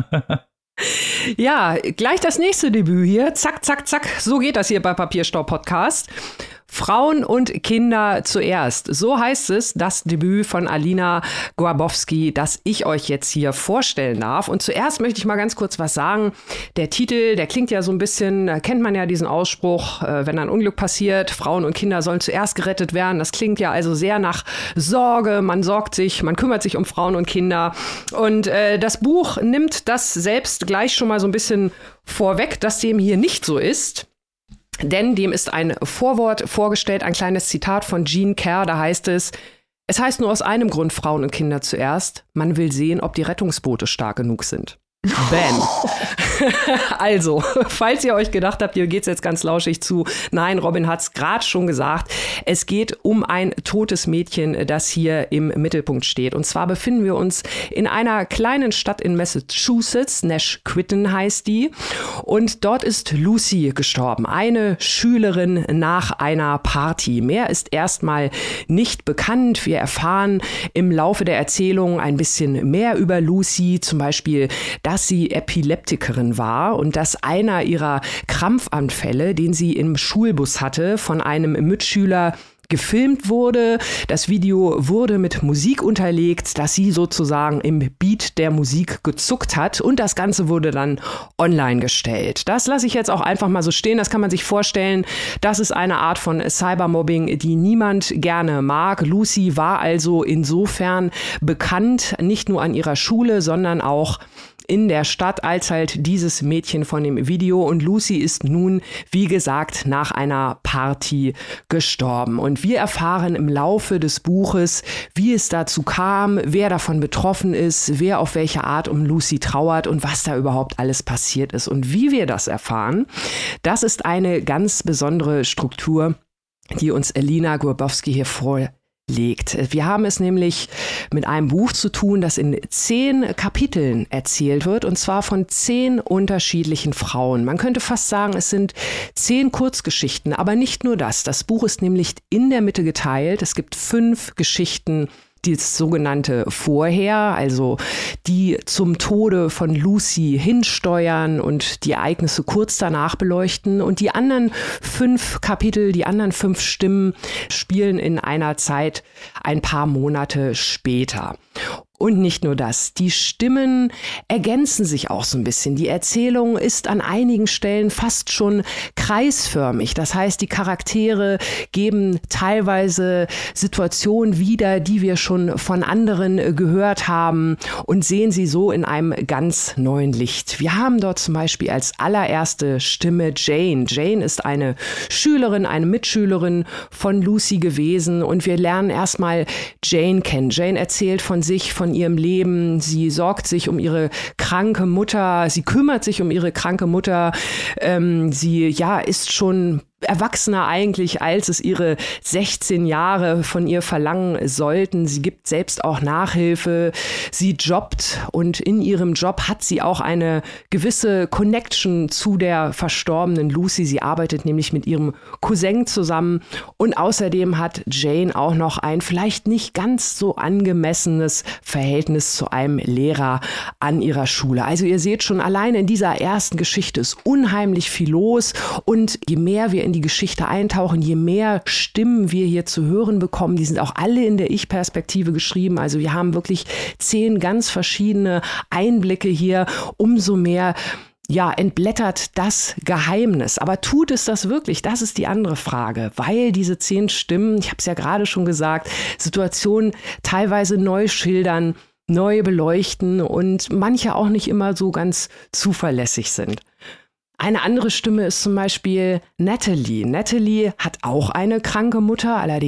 Ja, gleich das nächste Debüt hier. Zack, zack, zack. So geht das hier bei Papierstau Podcast. Frauen und Kinder zuerst. So heißt es, das Debüt von Alina Grabowski, das ich euch jetzt hier vorstellen darf. Und zuerst möchte ich mal ganz kurz was sagen. Der Titel, der klingt ja so ein bisschen, da kennt man ja diesen Ausspruch, äh, wenn ein Unglück passiert, Frauen und Kinder sollen zuerst gerettet werden. Das klingt ja also sehr nach Sorge. Man sorgt sich, man kümmert sich um Frauen und Kinder. Und äh, das Buch nimmt das selbst gleich schon mal so ein bisschen vorweg, dass dem hier nicht so ist. Denn dem ist ein Vorwort vorgestellt, ein kleines Zitat von Jean Kerr, da heißt es: Es heißt nur aus einem Grund Frauen und Kinder zuerst. Man will sehen, ob die Rettungsboote stark genug sind. Bam. Also, falls ihr euch gedacht habt, hier geht's jetzt ganz lauschig zu. Nein, Robin hat's gerade schon gesagt. Es geht um ein totes Mädchen, das hier im Mittelpunkt steht. Und zwar befinden wir uns in einer kleinen Stadt in Massachusetts. Nashquitten heißt die. Und dort ist Lucy gestorben. Eine Schülerin nach einer Party. Mehr ist erstmal nicht bekannt. Wir erfahren im Laufe der Erzählung ein bisschen mehr über Lucy. Zum Beispiel, dass sie Epileptikerin war und dass einer ihrer Krampfanfälle, den sie im Schulbus hatte, von einem Mitschüler gefilmt wurde. Das Video wurde mit Musik unterlegt, dass sie sozusagen im Beat der Musik gezuckt hat und das Ganze wurde dann online gestellt. Das lasse ich jetzt auch einfach mal so stehen. Das kann man sich vorstellen. Das ist eine Art von Cybermobbing, die niemand gerne mag. Lucy war also insofern bekannt, nicht nur an ihrer Schule, sondern auch in der Stadt als halt dieses Mädchen von dem Video. Und Lucy ist nun, wie gesagt, nach einer Party gestorben. Und wir erfahren im Laufe des Buches, wie es dazu kam, wer davon betroffen ist, wer auf welche Art um Lucy trauert und was da überhaupt alles passiert ist. Und wie wir das erfahren, das ist eine ganz besondere Struktur, die uns Alina Grabowski hier vorlegt. Wir haben es nämlich mit einem Buch zu tun, das in zehn Kapiteln erzählt wird, und zwar von zehn unterschiedlichen Frauen. Man könnte fast sagen, es sind zehn Kurzgeschichten, aber nicht nur das. Das Buch ist nämlich in der Mitte geteilt. Es gibt fünf Geschichten, das sogenannte Vorher, also die zum Tode von Lucy hinsteuern und die Ereignisse kurz danach beleuchten. Und die anderen fünf Kapitel, die anderen fünf Stimmen spielen in einer Zeit ein paar Monate später. Und nicht nur das, die Stimmen ergänzen sich auch so ein bisschen. Die Erzählung ist an einigen Stellen fast schon kreisförmig. Das heißt, die Charaktere geben teilweise Situationen wieder, die wir schon von anderen gehört haben und sehen sie so in einem ganz neuen Licht. Wir haben dort zum Beispiel als allererste Stimme Jane. Jane ist eine Schülerin, eine Mitschülerin von Lucy gewesen und wir lernen erstmal Jane kennen. Jane erzählt von sich, von ihrem Leben. Sie sorgt sich um ihre kranke Mutter. Sie kümmert sich um ihre kranke Mutter. Ähm, sie, ja, ist schon erwachsener eigentlich, als es ihre sechzehn Jahre von ihr verlangen sollten. Sie gibt selbst auch Nachhilfe. Sie jobbt und in ihrem Job hat sie auch eine gewisse Connection zu der verstorbenen Lucy. Sie arbeitet nämlich mit ihrem Cousin zusammen und außerdem hat Jane auch noch ein vielleicht nicht ganz so angemessenes Verhältnis zu einem Lehrer an ihrer Schule. Also ihr seht schon, allein in dieser ersten Geschichte ist unheimlich viel los und je mehr wir in die Geschichte eintauchen, je mehr Stimmen wir hier zu hören bekommen, die sind auch alle in der Ich-Perspektive geschrieben, also wir haben wirklich zehn ganz verschiedene Einblicke hier, umso mehr ja, entblättert das Geheimnis. Aber tut es das wirklich? Das ist die andere Frage, weil diese zehn Stimmen, ich habe es ja gerade schon gesagt, Situationen teilweise neu schildern, neu beleuchten und manche auch nicht immer so ganz zuverlässig sind. Eine andere Stimme ist zum Beispiel Natalie. Natalie hat auch eine kranke Mutter, allerdings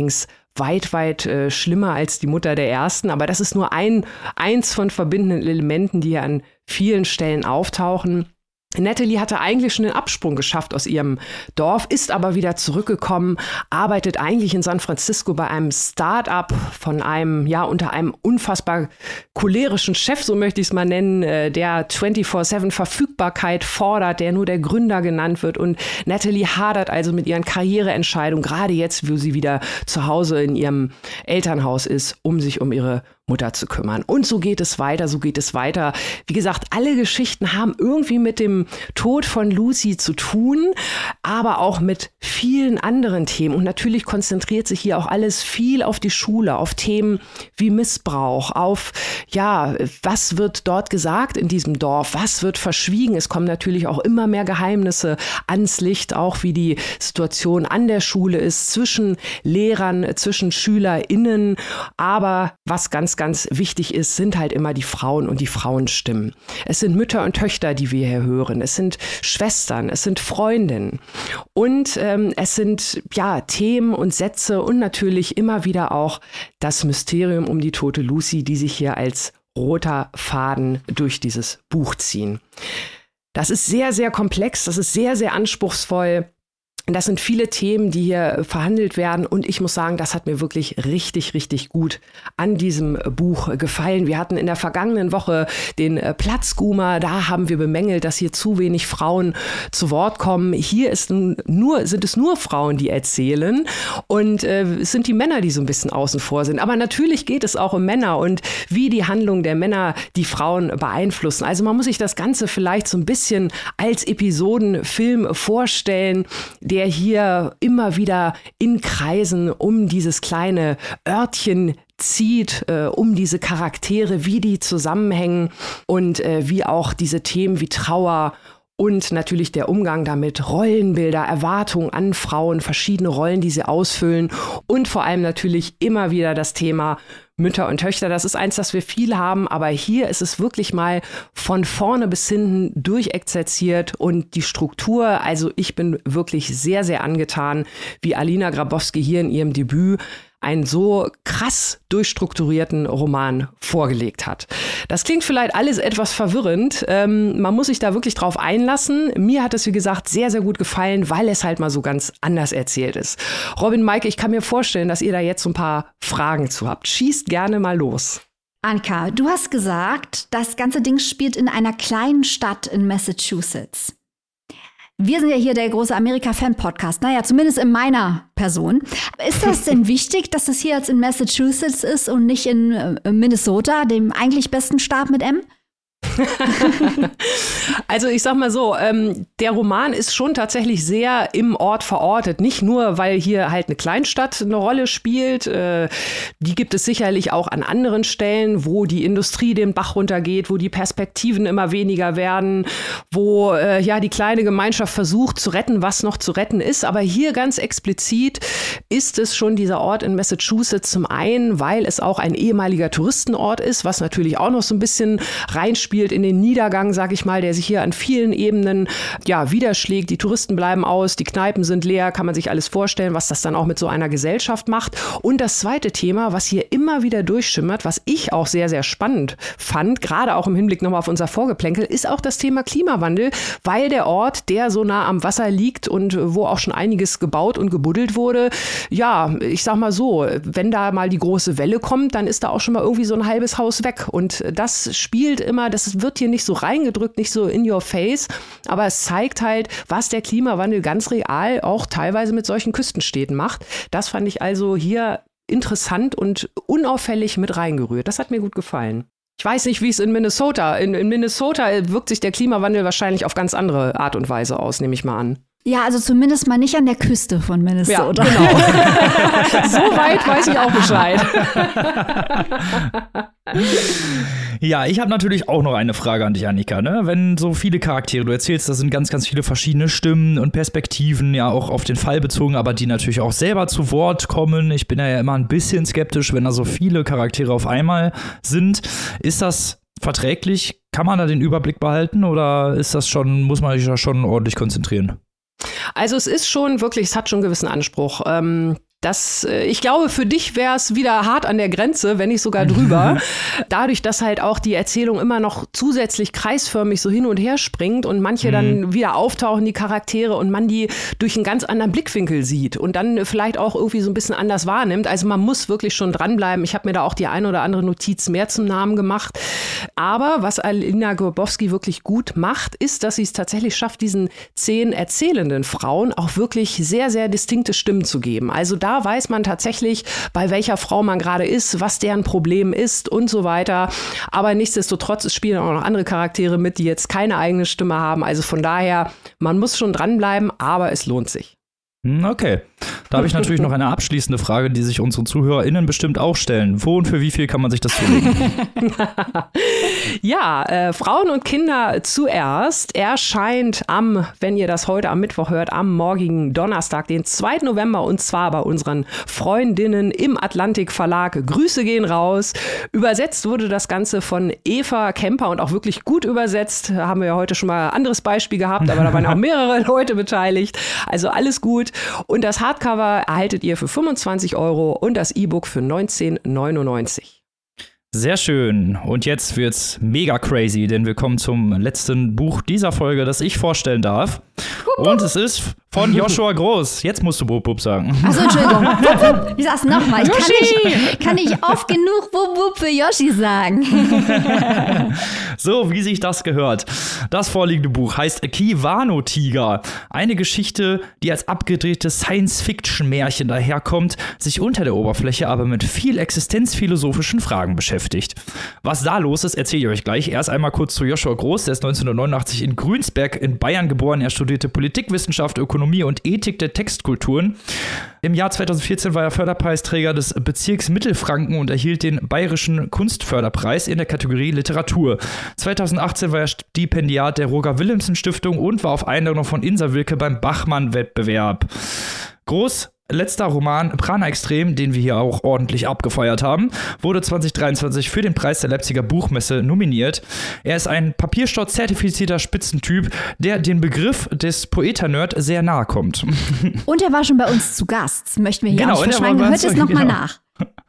weit, weit äh, schlimmer als die Mutter der Ersten. Aber das ist nur ein, eins von verbindenden Elementen, die hier an vielen Stellen auftauchen. Natalie hatte eigentlich schon den Absprung geschafft aus ihrem Dorf, ist aber wieder zurückgekommen, arbeitet eigentlich in San Francisco bei einem Start-up von einem, ja, unter einem unfassbar cholerischen Chef, so möchte ich es mal nennen, der vierundzwanzig sieben Verfügbarkeit fordert, der nur der Gründer genannt wird. Und Natalie hadert also mit ihren Karriereentscheidungen, gerade jetzt, wo sie wieder zu Hause in ihrem Elternhaus ist, um sich um ihre Mutter zu kümmern. Und so geht es weiter, so geht es weiter. Wie gesagt, alle Geschichten haben irgendwie mit dem Tod von Lucy zu tun, aber auch mit vielen anderen Themen. Und natürlich konzentriert sich hier auch alles viel auf die Schule, auf Themen wie Missbrauch, auf, ja, was wird dort gesagt in diesem Dorf, was wird verschwiegen. Es kommen natürlich auch immer mehr Geheimnisse ans Licht, auch wie die Situation an der Schule ist, zwischen Lehrern, zwischen SchülerInnen. Aber was ganz, ganz wichtig ist, sind halt immer die Frauen und die Frauenstimmen. Es sind Mütter und Töchter, die wir hier hören. Es sind Schwestern, es sind Freundinnen. Und ähm, es sind ja Themen und Sätze und natürlich immer wieder auch das Mysterium um die tote Lucy, die sich hier als roter Faden durch dieses Buch ziehen. Das ist sehr, sehr komplex, das ist sehr, sehr anspruchsvoll. Das sind viele Themen, die hier verhandelt werden und ich muss sagen, das hat mir wirklich richtig, richtig gut an diesem Buch gefallen. Wir hatten in der vergangenen Woche den Platzguma, da haben wir bemängelt, dass hier zu wenig Frauen zu Wort kommen. Hier ist nur, sind es nur Frauen, die erzählen und äh, es sind die Männer, die so ein bisschen außen vor sind. Aber natürlich geht es auch um Männer und wie die Handlungen der Männer die Frauen beeinflussen. Also man muss sich das Ganze vielleicht so ein bisschen als Episodenfilm vorstellen, der hier immer wieder in Kreisen um dieses kleine Örtchen zieht, äh, um diese Charaktere, wie die zusammenhängen und äh, wie auch diese Themen wie Trauer und natürlich der Umgang damit, Rollenbilder, Erwartungen an Frauen, verschiedene Rollen, die sie ausfüllen und vor allem natürlich immer wieder das Thema Mütter und Töchter. Das ist eins, das wir viel haben, aber hier ist es wirklich mal von vorne bis hinten durchexerziert und die Struktur, also ich bin wirklich sehr, sehr angetan, wie Alina Grabowski hier in ihrem Debüt einen so krass durchstrukturierten Roman vorgelegt hat. Das klingt vielleicht alles etwas verwirrend. Ähm, man muss sich da wirklich drauf einlassen. Mir hat es, wie gesagt, sehr, sehr gut gefallen, weil es halt mal so ganz anders erzählt ist. Robin, Maike, ich kann mir vorstellen, dass ihr da jetzt so ein paar Fragen zu habt. Schießt gerne mal los. Annika, du hast gesagt, das ganze Ding spielt in einer kleinen Stadt in Massachusetts. Wir sind ja hier der große Amerika-Fan-Podcast, naja, zumindest in meiner Person. Ist das denn wichtig, dass das hier jetzt in Massachusetts ist und nicht in äh, Minnesota, dem eigentlich besten Staat mit M? Also ich sag mal so, ähm, der Roman ist schon tatsächlich sehr im Ort verortet. Nicht nur, weil hier halt eine Kleinstadt eine Rolle spielt. Äh, die gibt es sicherlich auch an anderen Stellen, wo die Industrie den Bach runtergeht, wo die Perspektiven immer weniger werden, wo äh, ja die kleine Gemeinschaft versucht zu retten, was noch zu retten ist. Aber hier ganz explizit ist es schon dieser Ort in Massachusetts zum einen, weil es auch ein ehemaliger Touristenort ist, was natürlich auch noch so ein bisschen reinspielt in den Niedergang, sag ich mal, der sich hier an vielen Ebenen ja widerschlägt. Die Touristen bleiben aus, die Kneipen sind leer, kann man sich alles vorstellen, was das dann auch mit so einer Gesellschaft macht. Und das zweite Thema, was hier immer wieder durchschimmert, was ich auch sehr, sehr spannend fand, gerade auch im Hinblick nochmal auf unser Vorgeplänkel, ist auch das Thema Klimawandel, weil der Ort, der so nah am Wasser liegt und wo auch schon einiges gebaut und gebuddelt wurde, ja, ich sag mal so, wenn da mal die große Welle kommt, dann ist da auch schon mal irgendwie so ein halbes Haus weg. Und das spielt immer, das Es wird hier nicht so reingedrückt, nicht so in your face, aber es zeigt halt, was der Klimawandel ganz real auch teilweise mit solchen Küstenstädten macht. Das fand ich also hier interessant und unauffällig mit reingerührt. Das hat mir gut gefallen. Ich weiß nicht, wie es in Minnesota, in, in Minnesota wirkt sich der Klimawandel wahrscheinlich auf ganz andere Art und Weise aus, nehme ich mal an. Ja, also zumindest mal nicht an der Küste von Minnesota. Ja, genau. So weit weiß ich auch Bescheid. Ja, ich habe natürlich auch noch eine Frage an dich, Annika. Ne? Wenn so viele Charaktere, du erzählst, da sind ganz, ganz viele verschiedene Stimmen und Perspektiven, ja auch auf den Fall bezogen, aber die natürlich auch selber zu Wort kommen. Ich bin ja immer ein bisschen skeptisch, wenn da so viele Charaktere auf einmal sind. Ist das verträglich? Kann man da den Überblick behalten oder ist das schon, muss man sich da schon ordentlich konzentrieren? Also es ist schon wirklich, es hat schon einen gewissen Anspruch. Ähm Das, ich glaube, für dich wäre es wieder hart an der Grenze, wenn nicht sogar drüber. Dadurch, dass halt auch die Erzählung immer noch zusätzlich kreisförmig so hin und her springt und manche mhm. dann wieder auftauchen, die Charaktere, und man die durch einen ganz anderen Blickwinkel sieht und dann vielleicht auch irgendwie so ein bisschen anders wahrnimmt. Also man muss wirklich schon dranbleiben. Ich habe mir da auch die eine oder andere Notiz mehr zum Namen gemacht. Aber was Alina Grabowski wirklich gut macht, ist, dass sie es tatsächlich schafft, diesen zehn erzählenden Frauen auch wirklich sehr, sehr distinkte Stimmen zu geben. Also da Da weiß man tatsächlich, bei welcher Frau man gerade ist, was deren Problem ist und so weiter. Aber nichtsdestotrotz, es spielen auch noch andere Charaktere mit, die jetzt keine eigene Stimme haben. Also von daher, man muss schon dranbleiben, aber es lohnt sich. Okay, da habe ich natürlich noch eine abschließende Frage, die sich unsere ZuhörerInnen bestimmt auch stellen. Wo und für wie viel kann man sich das zulegen? Ja, äh, Frauen und Kinder zuerst erscheint am, wenn ihr das heute am Mittwoch hört, am morgigen Donnerstag, den zweiten November, und zwar bei unseren Freundinnen im Atlantik Verlag. Grüße gehen raus. Übersetzt wurde das Ganze von Eva Kemper und auch wirklich gut übersetzt. Da haben wir ja heute schon mal ein anderes Beispiel gehabt, aber da waren auch mehrere Leute beteiligt. Also alles gut. Und das Hardcover erhaltet ihr für fünfundzwanzig Euro und das E-Book für neunzehn neunundneunzig. Sehr schön. Und jetzt wird's mega crazy, denn wir kommen zum letzten Buch dieser Folge, das ich vorstellen darf. Und es ist von Joshua Groß. Jetzt musst du Bub Bub sagen. Achso, Entschuldigung. Wupp, wupp. Ich sag's nochmal. Ich kann nicht, kann nicht oft genug Bub Bub für Yoshi sagen. So, wie sich das gehört. Das vorliegende Buch heißt Kiwano-Tiger. Eine Geschichte, die als abgedrehtes Science-Fiction-Märchen daherkommt, sich unter der Oberfläche aber mit viel existenzphilosophischen Fragen beschäftigt. Was da los ist, erzähle ich euch gleich. Erst einmal kurz zu Joshua Groß. Der ist neunzehnhundertneunundachtzig in Grünsberg in Bayern geboren. Er studierte Politikwissenschaft, Ökonomie und Ethik der Textkulturen. Im Jahr zweitausendvierzehn war er Förderpreisträger des Bezirks Mittelfranken und erhielt den Bayerischen Kunstförderpreis in der Kategorie Literatur. zweitausendachtzehn war er Stipendiat der Roger-Willemsen-Stiftung und war auf Einladung von Insa Wilke beim Bachmann-Wettbewerb. Groß letzter Roman Prana Extrem, den wir hier auch ordentlich abgefeuert haben, wurde zwanzig dreiundzwanzig für den Preis der Leipziger Buchmesse nominiert. Er ist ein Papierstau-zertifizierter Spitzentyp, der den Begriff des Poeta-Nerd sehr nahe kommt. Und er war schon bei uns zu Gast, möchten wir hier genau, auch nicht verschweigen. Hört es nochmal genau. nach.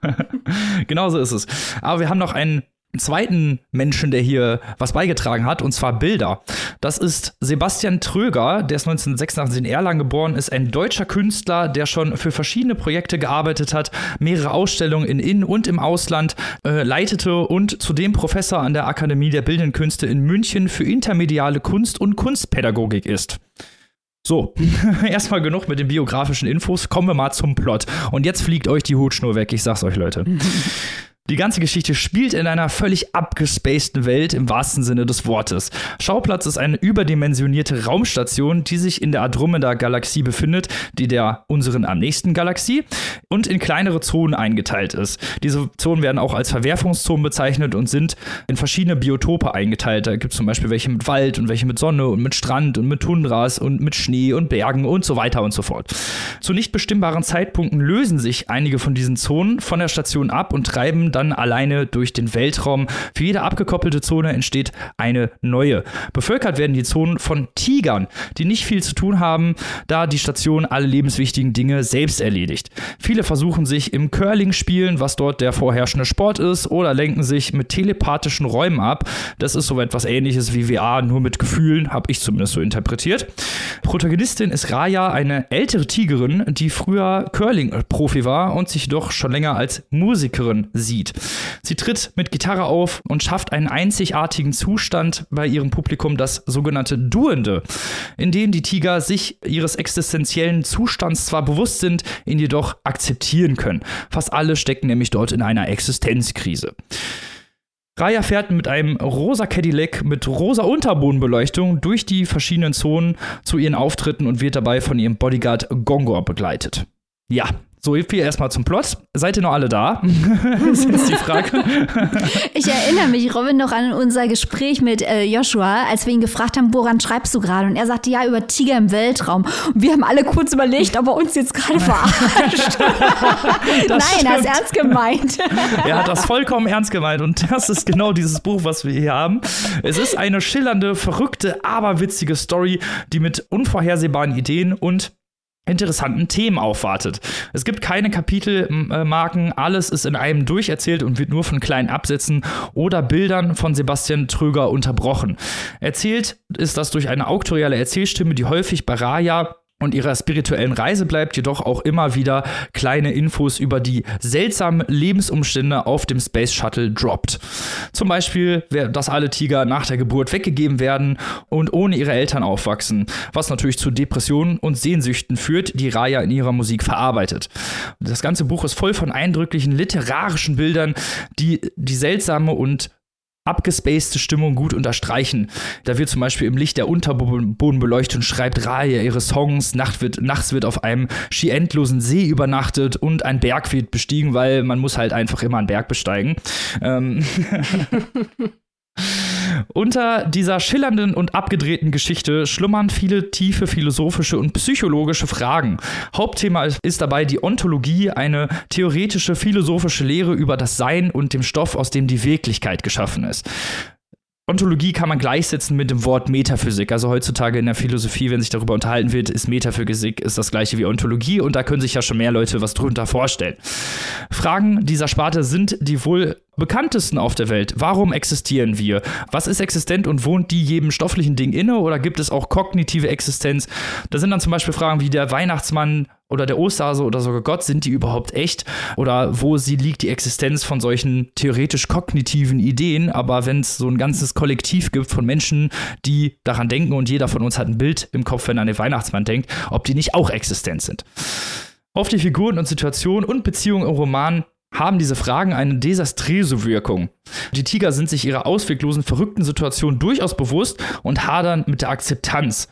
Genau so ist es. Aber wir haben noch einen zweiten Menschen, der hier was beigetragen hat, und zwar Bilder. Das ist Sebastian Tröger, der ist neunzehnhundertsechsundachtzig in Erlangen geboren, ist ein deutscher Künstler, der schon für verschiedene Projekte gearbeitet hat, mehrere Ausstellungen in In- und im Ausland äh, leitete und zudem Professor an der Akademie der Bildenden Künste in München für intermediale Kunst und Kunstpädagogik ist. So, erstmal genug mit den biografischen Infos, kommen wir mal zum Plot. Und jetzt fliegt euch die Hutschnur weg, ich sag's euch, Leute. Die ganze Geschichte spielt in einer völlig abgespaceden Welt im wahrsten Sinne des Wortes. Schauplatz ist eine überdimensionierte Raumstation, die sich in der Andromeda-Galaxie befindet, die der unseren am nächsten Galaxie, und in kleinere Zonen eingeteilt ist. Diese Zonen werden auch als Verwerfungszonen bezeichnet und sind in verschiedene Biotope eingeteilt. Da gibt es zum Beispiel welche mit Wald und welche mit Sonne und mit Strand und mit Tundras und mit Schnee und Bergen und so weiter und so fort. Zu nicht bestimmbaren Zeitpunkten lösen sich einige von diesen Zonen von der Station ab und treiben dann alleine durch den Weltraum. Für jede abgekoppelte Zone entsteht eine neue. Bevölkert werden die Zonen von Tigern, die nicht viel zu tun haben, da die Station alle lebenswichtigen Dinge selbst erledigt. Viele versuchen sich im Curling-Spielen, was dort der vorherrschende Sport ist, oder lenken sich mit telepathischen Räumen ab. Das ist so etwas Ähnliches wie V R, nur mit Gefühlen, habe ich zumindest so interpretiert. Protagonistin ist Raya, eine ältere Tigerin, die früher Curling-Profi war und sich doch schon länger als Musikerin sieht. Sie tritt mit Gitarre auf und schafft einen einzigartigen Zustand bei ihrem Publikum, das sogenannte Duende, in dem die Tiger sich ihres existenziellen Zustands zwar bewusst sind, ihn jedoch akzeptieren können. Fast alle stecken nämlich dort in einer Existenzkrise. Raya fährt mit einem rosa Cadillac mit rosa Unterbodenbeleuchtung durch die verschiedenen Zonen zu ihren Auftritten und wird dabei von ihrem Bodyguard Gongor begleitet. Ja, so viel erstmal zum Plot. Seid ihr noch alle da? Das ist jetzt die Frage. Ich erinnere mich, Robin, noch an unser Gespräch mit äh, Joshua, als wir ihn gefragt haben, woran schreibst du gerade? Und er sagte, ja, über Tiger im Weltraum. Und wir haben alle kurz überlegt, ob er uns jetzt gerade verarscht. Nein, er ist ernst gemeint. Er hat das vollkommen ernst gemeint. Und das ist genau dieses Buch, was wir hier haben. Es ist eine schillernde, verrückte, aber witzige Story, die mit unvorhersehbaren Ideen und interessanten Themen aufwartet. Es gibt keine Kapitelmarken, alles ist in einem durcherzählt und wird nur von kleinen Absätzen oder Bildern von Sebastian Tröger unterbrochen. Erzählt ist das durch eine auktoriale Erzählstimme, die häufig bei Raya und ihrer spirituellen Reise bleibt, jedoch auch immer wieder kleine Infos über die seltsamen Lebensumstände auf dem Space Shuttle droppt. Zum Beispiel, dass alle Tiger nach der Geburt weggegeben werden und ohne ihre Eltern aufwachsen, was natürlich zu Depressionen und Sehnsüchten führt, die Raya in ihrer Musik verarbeitet. Das ganze Buch ist voll von eindrücklichen literarischen Bildern, die die seltsame und abgespacede Stimmung gut unterstreichen. Da wird zum Beispiel im Licht der Unterbodenbeleuchtung schreibt Raya ihre Songs, Nacht wird, nachts wird auf einem schier endlosen See übernachtet und ein Berg wird bestiegen, weil man muss halt einfach immer einen Berg besteigen. Ähm Unter dieser schillernden und abgedrehten Geschichte schlummern viele tiefe philosophische und psychologische Fragen. Hauptthema ist dabei die Ontologie, eine theoretische philosophische Lehre über das Sein und dem Stoff, aus dem die Wirklichkeit geschaffen ist. Ontologie kann man gleichsetzen mit dem Wort Metaphysik. Also heutzutage in der Philosophie, wenn sich darüber unterhalten wird, ist Metaphysik ist das gleiche wie Ontologie und da können sich ja schon mehr Leute was drunter vorstellen. Fragen dieser Sparte sind die wohl bekanntesten auf der Welt. Warum existieren wir? Was ist existent und wohnt die jedem stofflichen Ding inne oder gibt es auch kognitive Existenz? Da sind dann zum Beispiel Fragen wie der Weihnachtsmann oder der Osterhase oder sogar Gott, sind die überhaupt echt? Oder wo sie liegt die Existenz von solchen theoretisch-kognitiven Ideen? Aber wenn es so ein ganzes Kollektiv gibt von Menschen, die daran denken und jeder von uns hat ein Bild im Kopf, wenn er an den Weihnachtsmann denkt, ob die nicht auch existent sind. Auf die Figuren und Situationen und Beziehungen im Roman haben diese Fragen eine desaströse Wirkung. Die Tiger sind sich ihrer ausweglosen, verrückten Situation durchaus bewusst und hadern mit der Akzeptanz.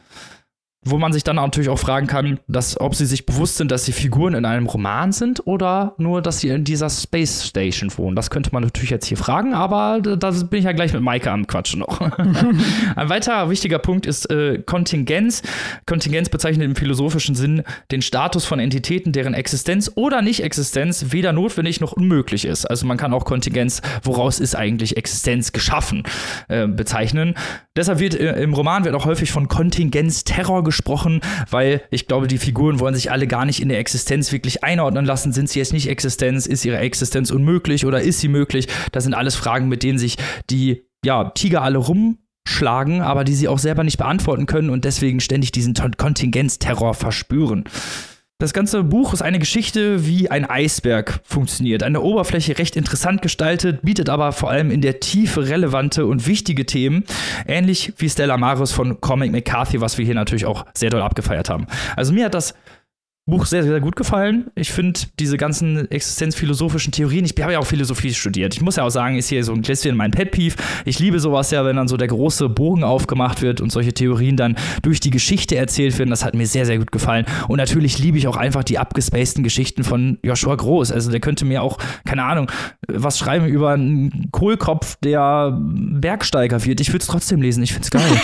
Wo man sich dann natürlich auch fragen kann, dass, ob sie sich bewusst sind, dass sie Figuren in einem Roman sind oder nur, dass sie in dieser Space Station wohnen. Das könnte man natürlich jetzt hier fragen, aber da bin ich ja gleich mit Maike am Quatschen noch. Ein weiterer wichtiger Punkt ist äh, Kontingenz. Kontingenz bezeichnet im philosophischen Sinn den Status von Entitäten, deren Existenz oder Nicht-Existenz weder notwendig noch unmöglich ist. Also man kann auch Kontingenz, woraus ist eigentlich Existenz geschaffen, äh, bezeichnen. Deshalb wird äh, im Roman wird auch häufig von Kontingenzterror gesprochen, weil ich glaube, die Figuren wollen sich alle gar nicht in der Existenz wirklich einordnen lassen. Sind sie jetzt nicht Existenz? Ist ihre Existenz unmöglich oder ist sie möglich? Das sind alles Fragen, mit denen sich die ja, Tiger alle rumschlagen, aber die sie auch selber nicht beantworten können und deswegen ständig diesen Kontingenzterror verspüren. Das ganze Buch ist eine Geschichte, wie ein Eisberg funktioniert. An der Oberfläche recht interessant gestaltet, bietet aber vor allem in der Tiefe relevante und wichtige Themen, ähnlich wie Stella Maris von Cormac McCarthy, was wir hier natürlich auch sehr doll abgefeiert haben. Also mir hat das Buch sehr, sehr gut gefallen. Ich finde diese ganzen existenzphilosophischen Theorien, ich habe ja auch Philosophie studiert. Ich muss ja auch sagen, ist hier so ein bisschen mein Pet-Peeve. Ich liebe sowas ja, wenn dann so der große Bogen aufgemacht wird und solche Theorien dann durch die Geschichte erzählt werden. Das hat mir sehr, sehr gut gefallen. Und natürlich liebe ich auch einfach die abgespaceden Geschichten von Joshua Gross. Also der könnte mir auch, keine Ahnung, was schreiben über einen Kohlkopf, der Bergsteiger wird. Ich würde es trotzdem lesen. Ich finde es geil.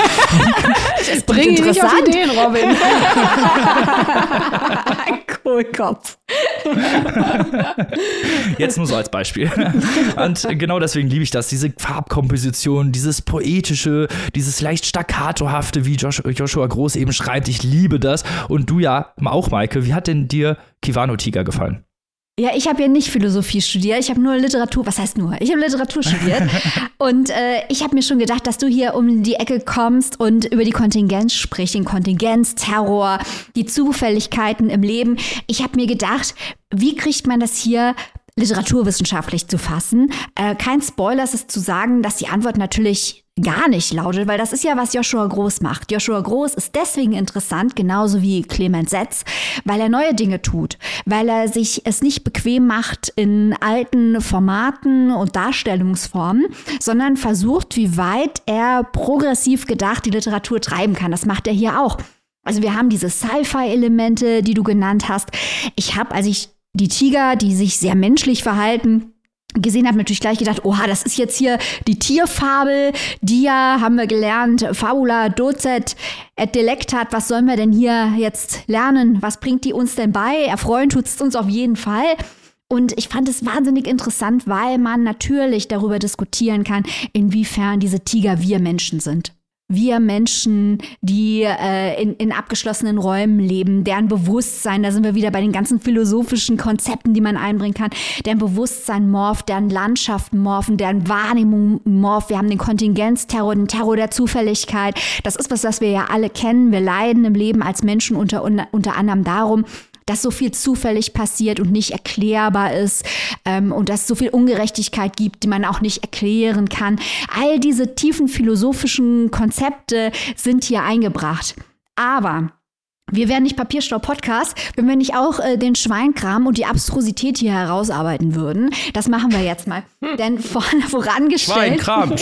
Das bringt nicht auf Ideen, Robin. Ein Kohlkopf. Jetzt nur so als Beispiel. Und genau deswegen liebe ich das. Diese Farbkomposition, dieses Poetische, dieses leicht Staccatohafte, wie Josh, Joshua Gross eben schreibt. Ich liebe das. Und du ja auch, Maike. Wie hat denn dir Kiwano Tiger gefallen? Ja, ich habe ja nicht Philosophie studiert, ich habe nur Literatur, was heißt nur? Ich habe Literatur studiert und äh, ich habe mir schon gedacht, dass du hier um die Ecke kommst und über die Kontingenz sprichst, den Kontingenzterror, die Zufälligkeiten im Leben. Ich habe mir gedacht, wie kriegt man das hier literaturwissenschaftlich zu fassen? Äh, kein Spoiler ist es zu sagen, dass die Antwort natürlich gar nicht lautet, weil das ist ja, was Joshua Gross macht. Joshua Gross ist deswegen interessant, genauso wie Clemens Setz, weil er neue Dinge tut, weil er sich es nicht bequem macht in alten Formaten und Darstellungsformen, sondern versucht, wie weit er progressiv gedacht die Literatur treiben kann. Das macht er hier auch. Also wir haben diese Sci-Fi-Elemente, die du genannt hast. Ich habe, als ich die Tiger, die sich sehr menschlich verhalten, gesehen habe, natürlich gleich gedacht, oha, das ist jetzt hier die Tierfabel, Dia, haben wir gelernt, Fabula docet et delectat, was sollen wir denn hier jetzt lernen? Was bringt die uns denn bei? Erfreuen tut es uns auf jeden Fall. Und ich fand es wahnsinnig interessant, weil man natürlich darüber diskutieren kann, inwiefern diese Tiger wir Menschen sind. wir Menschen, die äh, in, in abgeschlossenen Räumen leben, deren Bewusstsein, da sind wir wieder bei den ganzen philosophischen Konzepten, die man einbringen kann, deren Bewusstsein morpht, deren Landschaften morphen, deren Wahrnehmung morpht. Wir haben den Kontingenzterror, den Terror der Zufälligkeit. Das ist was, was wir ja alle kennen. Wir leiden im Leben als Menschen unter, unter anderem darum, dass so viel zufällig passiert und nicht erklärbar ist ähm, und dass es so viel Ungerechtigkeit gibt, die man auch nicht erklären kann. All diese tiefen philosophischen Konzepte sind hier eingebracht. Aber wir wären nicht Papierstau-Podcast, wenn wir nicht auch äh, den Schweinkram und die Abstrusität hier herausarbeiten würden. Das machen wir jetzt mal. Hm. Denn vorne vorangestellt... Schweinkram,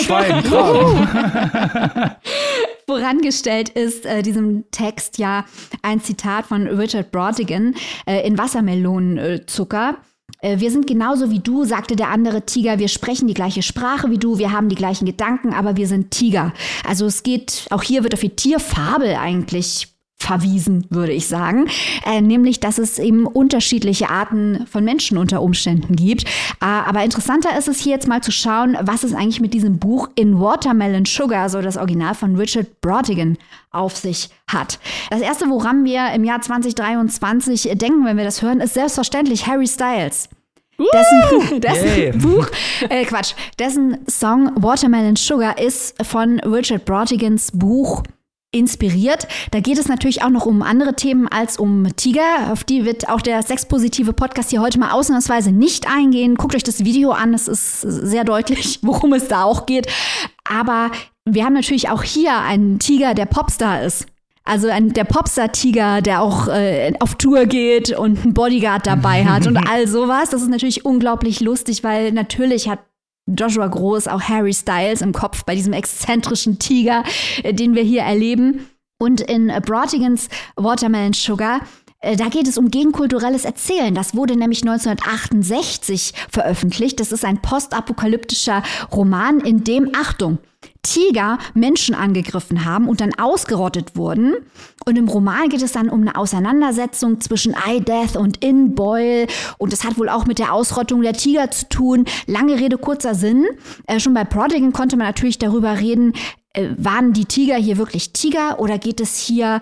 Schweinkram. Vorangestellt ist äh, diesem Text ja ein Zitat von Richard Brautigan äh, in Wassermelonenzucker. Äh, wir sind genauso wie du, sagte der andere Tiger. Wir sprechen die gleiche Sprache wie du, wir haben die gleichen Gedanken, aber wir sind Tiger. Also es geht, auch hier wird auf die Tierfabel eigentlich verwiesen, würde ich sagen. Äh, nämlich, dass es eben unterschiedliche Arten von Menschen unter Umständen gibt. Äh, aber interessanter ist es hier jetzt mal zu schauen, was es eigentlich mit diesem Buch In Watermelon Sugar, also das Original von Richard Brautigan, auf sich hat. Das erste, woran wir im Jahr zwanzig dreiundzwanzig denken, wenn wir das hören, ist selbstverständlich Harry Styles. Dessen, dessen yeah. Buch, äh, Quatsch, dessen Song Watermelon Sugar ist von Richard Brautigans Buch inspiriert. Da geht es natürlich auch noch um andere Themen als um Tiger. Auf die wird auch der sexpositive Podcast hier heute mal ausnahmsweise nicht eingehen. Guckt euch das Video an, es ist sehr deutlich, worum es da auch geht. Aber wir haben natürlich auch hier einen Tiger, der Popstar ist. Also ein, der Popstar-Tiger, der auch äh, auf Tour geht und einen Bodyguard dabei hat und all sowas. Das ist natürlich unglaublich lustig, weil natürlich hat Joshua Gross auch Harry Styles im Kopf bei diesem exzentrischen Tiger, äh, den wir hier erleben. Und in äh, Brautigans Watermelon Sugar, äh, da geht es um gegenkulturelles Erzählen. Das wurde nämlich neunzehnhundertachtundsechzig veröffentlicht. Das ist ein postapokalyptischer Roman, in dem, Achtung, Tiger Menschen angegriffen haben und dann ausgerottet wurden. Und im Roman geht es dann um eine Auseinandersetzung zwischen Ideth und In Boyle. Und das hat wohl auch mit der Ausrottung der Tiger zu tun. Lange Rede, kurzer Sinn. Äh, schon bei Brautigan konnte man natürlich darüber reden, äh, waren die Tiger hier wirklich Tiger oder geht es hier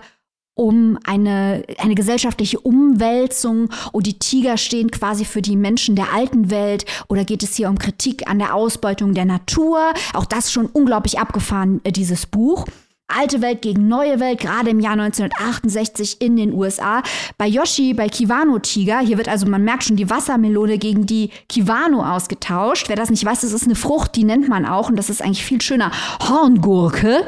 um eine, eine gesellschaftliche Umwälzung und die Tiger stehen quasi für die Menschen der alten Welt oder geht es hier um Kritik an der Ausbeutung der Natur? Auch das schon unglaublich abgefahren, äh, dieses Buch. Alte Welt gegen neue Welt, gerade im Jahr neunzehnhundertachtundsechzig in den U S A. Bei Yoshi, bei Kiwano-Tiger, hier wird also, man merkt schon, die Wassermelone gegen die Kiwano ausgetauscht. Wer das nicht weiß, das ist eine Frucht, die nennt man auch, und das ist eigentlich viel schöner, Horngurke.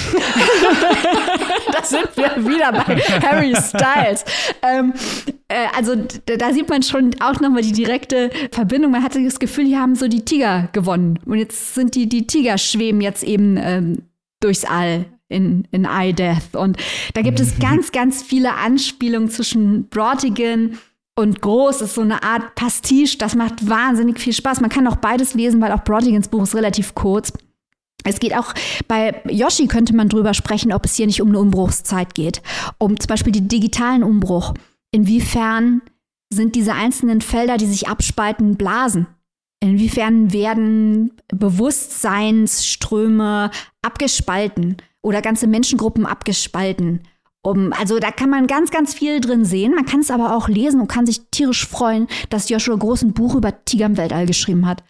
Da sind wir wieder bei Harry Styles. Ähm, äh, also d- da sieht man schon auch nochmal die direkte Verbindung. Man hatte das Gefühl, hier haben so die Tiger gewonnen. Und jetzt sind die, die Tiger schweben jetzt eben ähm, durchs All in, in Ideth. Und da gibt es ganz, ganz viele Anspielungen zwischen Brautigan und Gross. Das ist so eine Art Pastiche. Das macht wahnsinnig viel Spaß. Man kann auch beides lesen, weil auch Brautigans Buch ist relativ kurz. Es geht auch, bei Yoshi könnte man drüber sprechen, ob es hier nicht um eine Umbruchszeit geht. Um zum Beispiel den digitalen Umbruch. Inwiefern sind diese einzelnen Felder, die sich abspalten, Blasen? Inwiefern werden Bewusstseinsströme abgespalten oder ganze Menschengruppen abgespalten? Um, also da kann man ganz, ganz viel drin sehen. Man kann es aber auch lesen und kann sich tierisch freuen, dass Joshua Gross ein Buch über Tiger im Weltall geschrieben hat.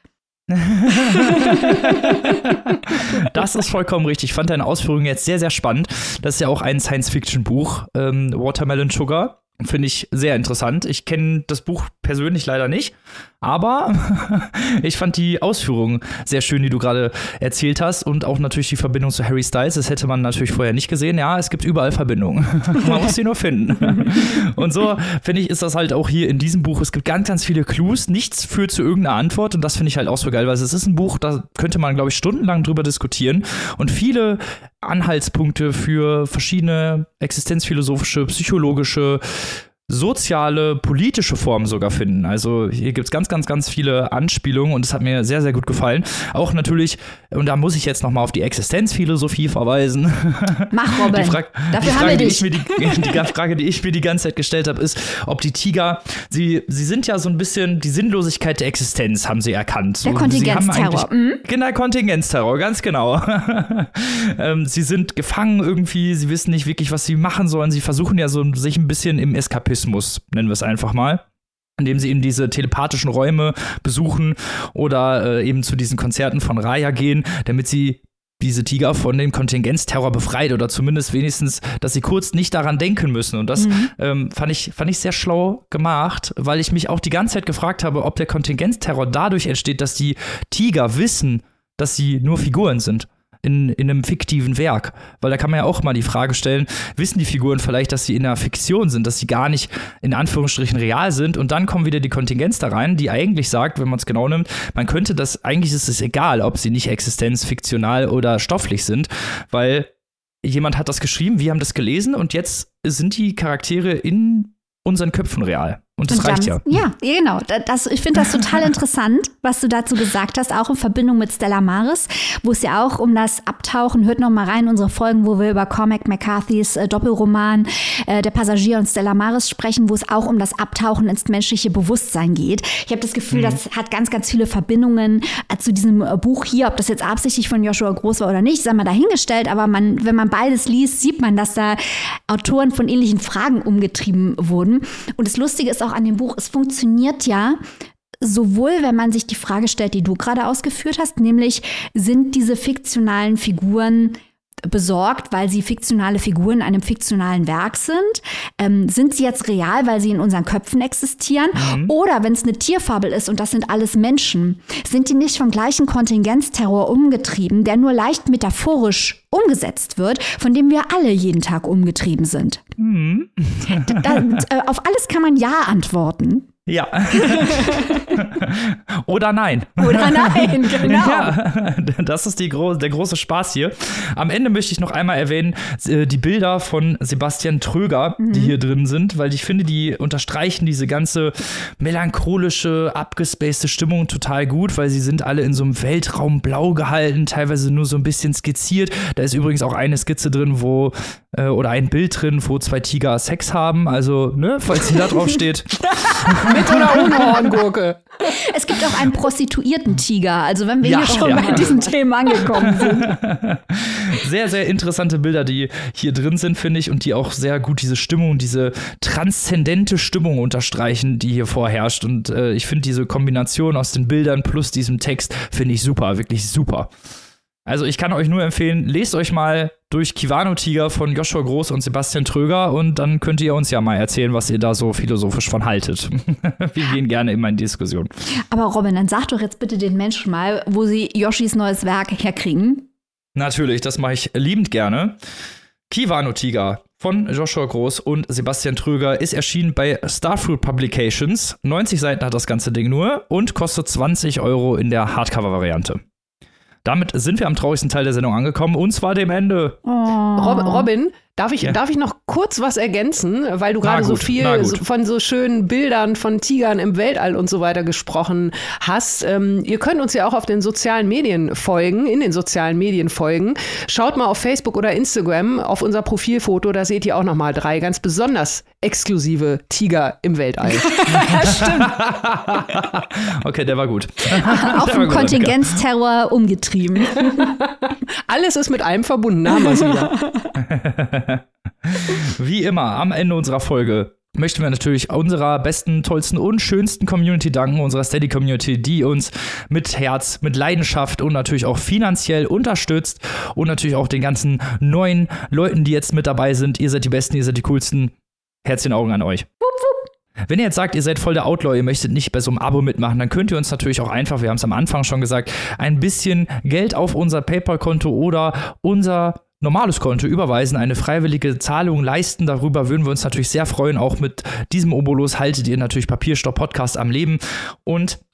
Das ist vollkommen richtig. Ich fand deine Ausführungen jetzt sehr, sehr spannend. Das ist ja auch ein Science-Fiction-Buch, ähm, Watermelon Sugar. Finde ich sehr interessant. Ich kenne das Buch persönlich leider nicht, aber ich fand die Ausführungen sehr schön, die du gerade erzählt hast und auch natürlich die Verbindung zu Harry Styles. Das hätte man natürlich vorher nicht gesehen. Ja, es gibt überall Verbindungen. Man muss sie nur finden. Und so, finde ich, ist das halt auch hier in diesem Buch. Es gibt ganz, ganz viele Clues. Nichts führt zu irgendeiner Antwort und das finde ich halt auch so geil, weil es ist ein Buch, da könnte man, glaube ich, stundenlang drüber diskutieren und viele Anhaltspunkte für verschiedene existenzphilosophische, psychologische soziale, politische Formen sogar finden. Also hier gibt es ganz, ganz, ganz viele Anspielungen und es hat mir sehr, sehr gut gefallen. Auch natürlich, und da muss ich jetzt nochmal auf die Existenzphilosophie verweisen. Mach, Robin. Die Fra- Dafür die haben Frage, wir die dich. ich mir die, die Frage, die ich mir die ganze Zeit gestellt habe, ist, ob die Tiger, sie, sie sind ja so ein bisschen, die Sinnlosigkeit der Existenz haben sie erkannt. So, Der Kontingenzterror. Mhm. Genau, Kontingenzterror, ganz genau. ähm, sie sind gefangen irgendwie, sie wissen nicht wirklich, was sie machen sollen. Sie versuchen ja so sich ein bisschen im Eskapismus, nennen wir es einfach mal, indem sie eben diese telepathischen Räume besuchen oder äh, eben zu diesen Konzerten von Raya gehen, damit sie diese Tiger von dem Kontingenzterror befreit oder zumindest wenigstens, dass sie kurz nicht daran denken müssen. Und das mhm. ähm, fand ich, fand ich sehr schlau gemacht, weil ich mich auch die ganze Zeit gefragt habe, ob der Kontingenzterror dadurch entsteht, dass die Tiger wissen, dass sie nur Figuren sind. In, in einem fiktiven Werk. Weil da kann man ja auch mal die Frage stellen, wissen die Figuren vielleicht, dass sie in einer Fiktion sind, dass sie gar nicht in Anführungsstrichen real sind und dann kommen wieder die Kontingenz da rein, die eigentlich sagt, wenn man es genau nimmt, man könnte das, eigentlich ist es egal, ob sie nicht existenzfiktional oder stofflich sind, weil jemand hat das geschrieben, wir haben das gelesen und jetzt sind die Charaktere in unseren Köpfen real. Und das und reicht dann, ja. Ja, genau. Das, ich finde das total interessant, was du dazu gesagt hast, auch in Verbindung mit Stella Maris, wo es ja auch um das Abtauchen, hört noch mal rein, unsere Folgen, wo wir über Cormac McCarthys äh, Doppelroman äh, Der Passagier und Stella Maris sprechen, wo es auch um das Abtauchen ins menschliche Bewusstsein geht. Ich habe das Gefühl, mhm. das hat ganz, ganz viele Verbindungen äh, zu diesem äh, Buch hier, ob das jetzt absichtlich von Joshua Gross war oder nicht, sei mal dahingestellt, aber man, wenn man beides liest, sieht man, dass da Autoren von ähnlichen Fragen umgetrieben wurden. Und das Lustige ist auch an dem Buch, es funktioniert ja sowohl, wenn man sich die Frage stellt, die du gerade ausgeführt hast, nämlich sind diese fiktionalen Figuren besorgt, weil sie fiktionale Figuren in einem fiktionalen Werk sind? Ähm, sind sie jetzt real, weil sie in unseren Köpfen existieren? Mhm. Oder wenn es eine Tierfabel ist und das sind alles Menschen, sind die nicht vom gleichen Kontingenzterror umgetrieben, der nur leicht metaphorisch umgesetzt wird, von dem wir alle jeden Tag umgetrieben sind? Mhm. da, äh, auf alles kann man Ja antworten. Ja. Oder nein. Oder nein, genau. Ja, das ist die gro- der große Spaß hier. Am Ende möchte ich noch einmal erwähnen, die Bilder von Sebastian Tröger, mhm. die hier drin sind, weil ich finde, die unterstreichen diese ganze melancholische, abgespacede Stimmung total gut, weil sie sind alle in so einem Weltraum blau gehalten, teilweise nur so ein bisschen skizziert. Da ist übrigens auch eine Skizze drin, wo, äh, oder ein Bild drin, wo zwei Tiger Sex haben. Also, ne, falls ihr da drauf steht. Mit oder ohne Horngurke? Es gibt auch einen prostituierten Tiger, also wenn wir ja, hier schon ja. bei diesen Themen angekommen sind. Sehr, sehr interessante Bilder, die hier drin sind, finde ich, und die auch sehr gut diese Stimmung, diese transzendente Stimmung unterstreichen, die hier vorherrscht. Und äh, ich finde diese Kombination aus den Bildern plus diesem Text, finde ich super, wirklich super. Also ich kann euch nur empfehlen, lest euch mal durch Kiwano-Tiger von Joshua Gross und Sebastian Tröger und dann könnt ihr uns ja mal erzählen, was ihr da so philosophisch von haltet. Wir gehen gerne immer in die Diskussion. Aber Robin, dann sag doch jetzt bitte den Menschen mal, wo sie Yoshis neues Werk herkriegen. Natürlich, das mache ich liebend gerne. Kiwano-Tiger von Joshua Gross und Sebastian Tröger ist erschienen bei Starfruit Publications. neunzig Seiten hat das ganze Ding nur und kostet zwanzig Euro in der Hardcover-Variante. Damit sind wir am traurigsten Teil der Sendung angekommen, und zwar dem Ende. Oh. Robin, darf ich, Ja. darf ich noch kurz was ergänzen, weil du Na gerade so gut, viel na gut. so- von so schönen Bildern von Tigern im Weltall und so weiter gesprochen hast. Ähm, ihr könnt uns ja auch auf den sozialen Medien folgen, in den sozialen Medien folgen. Schaut mal auf Facebook oder Instagram auf unser Profilfoto, da seht ihr auch noch mal drei ganz besonders exklusive Tiger im Weltall. Okay, der war gut. Auf Der war dem gut, Kontingenzterror umgetrieben. Alles ist mit allem verbunden, da haben wir es wieder. Wie immer, am Ende unserer Folge möchten wir natürlich unserer besten, tollsten und schönsten Community danken, unserer Steady-Community, die uns mit Herz, mit Leidenschaft und natürlich auch finanziell unterstützt und natürlich auch den ganzen neuen Leuten, die jetzt mit dabei sind. Ihr seid die Besten, ihr seid die Coolsten. Herzchen Augen an euch. Wenn ihr jetzt sagt, ihr seid voll der Outlaw, ihr möchtet nicht bei so einem Abo mitmachen, dann könnt ihr uns natürlich auch einfach, wir haben es am Anfang schon gesagt, ein bisschen Geld auf unser PayPal-Konto oder unser normales Konto überweisen, eine freiwillige Zahlung leisten. Darüber würden wir uns natürlich sehr freuen. Auch mit diesem Obolus haltet ihr natürlich Papierstopp Podcast am Leben. Und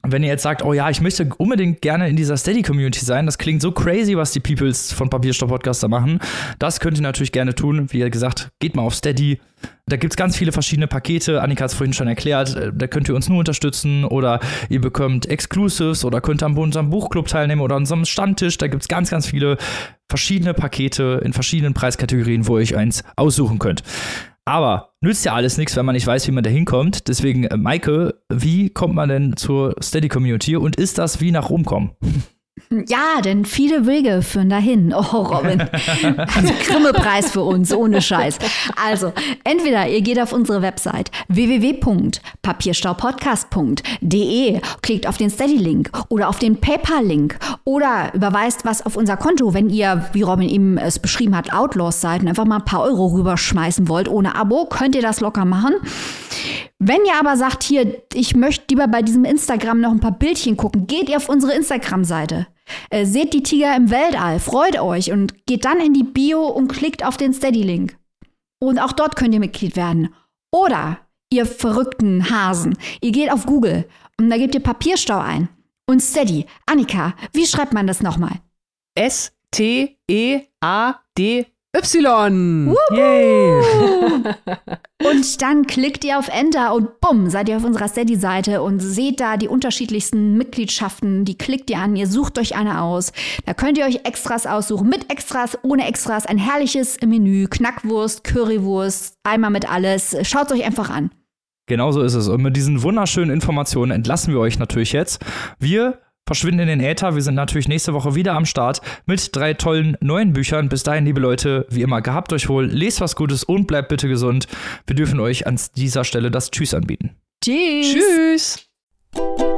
wenn ihr jetzt sagt, oh ja, ich möchte unbedingt gerne in dieser Steady-Community sein, das klingt so crazy, was die Peoples von Papierstopp-Podcast da machen, das könnt ihr natürlich gerne tun. Wie gesagt, geht mal auf Steady. Da gibt es ganz viele verschiedene Pakete. Annika hat es vorhin schon erklärt. Da könnt ihr uns nur unterstützen oder ihr bekommt Exclusives oder könnt an unserem Buchclub teilnehmen oder an unserem Stammtisch. Da gibt es ganz, ganz viele verschiedene Pakete in verschiedenen Preiskategorien, wo ihr euch eins aussuchen könnt. Aber nützt ja alles nichts, wenn man nicht weiß, wie man da hinkommt. Deswegen, äh, Maike, wie kommt man denn zur Steady-Community und ist das wie nach Rom kommen? Ja, denn viele Wege führen dahin. Oh, Robin. Also Grimme-Preis für uns, ohne Scheiß. Also, entweder ihr geht auf unsere Website w w w punkt papierstaupodcast punkt d e, klickt auf den Steady-Link oder auf den PayPal-Link oder überweist was auf unser Konto, wenn ihr, wie Robin eben es beschrieben hat, Outlaws seid und einfach mal ein paar Euro rüberschmeißen wollt ohne Abo, könnt ihr das locker machen. Wenn ihr aber sagt, hier, ich möchte lieber bei diesem Instagram noch ein paar Bildchen gucken, geht ihr auf unsere Instagram-Seite. Äh, seht die Tiger im Weltall, freut euch und geht dann in die Bio und klickt auf den Steady-Link. Und auch dort könnt ihr Mitglied werden. Oder, ihr verrückten Hasen, ihr geht auf Google und da gebt ihr Papierstau ein. Und Steady. Annika, wie schreibt man das nochmal? S T E A D Y. Yay. Und dann klickt ihr auf Enter und bumm, seid ihr auf unserer Steady-Seite und seht da die unterschiedlichsten Mitgliedschaften. Die klickt ihr an, ihr sucht euch eine aus. Da könnt ihr euch Extras aussuchen, mit Extras, ohne Extras. Ein herrliches Menü, Knackwurst, Currywurst, einmal mit alles. Schaut euch einfach an. Genau so ist es. Und mit diesen wunderschönen Informationen entlassen wir euch natürlich jetzt. Wir verschwinden in den Äther. Wir sind natürlich nächste Woche wieder am Start mit drei tollen neuen Büchern. Bis dahin, liebe Leute, wie immer, gehabt euch wohl, lest was Gutes und bleibt bitte gesund. Wir dürfen euch an dieser Stelle das Tschüss anbieten. Tschüss. Tschüss.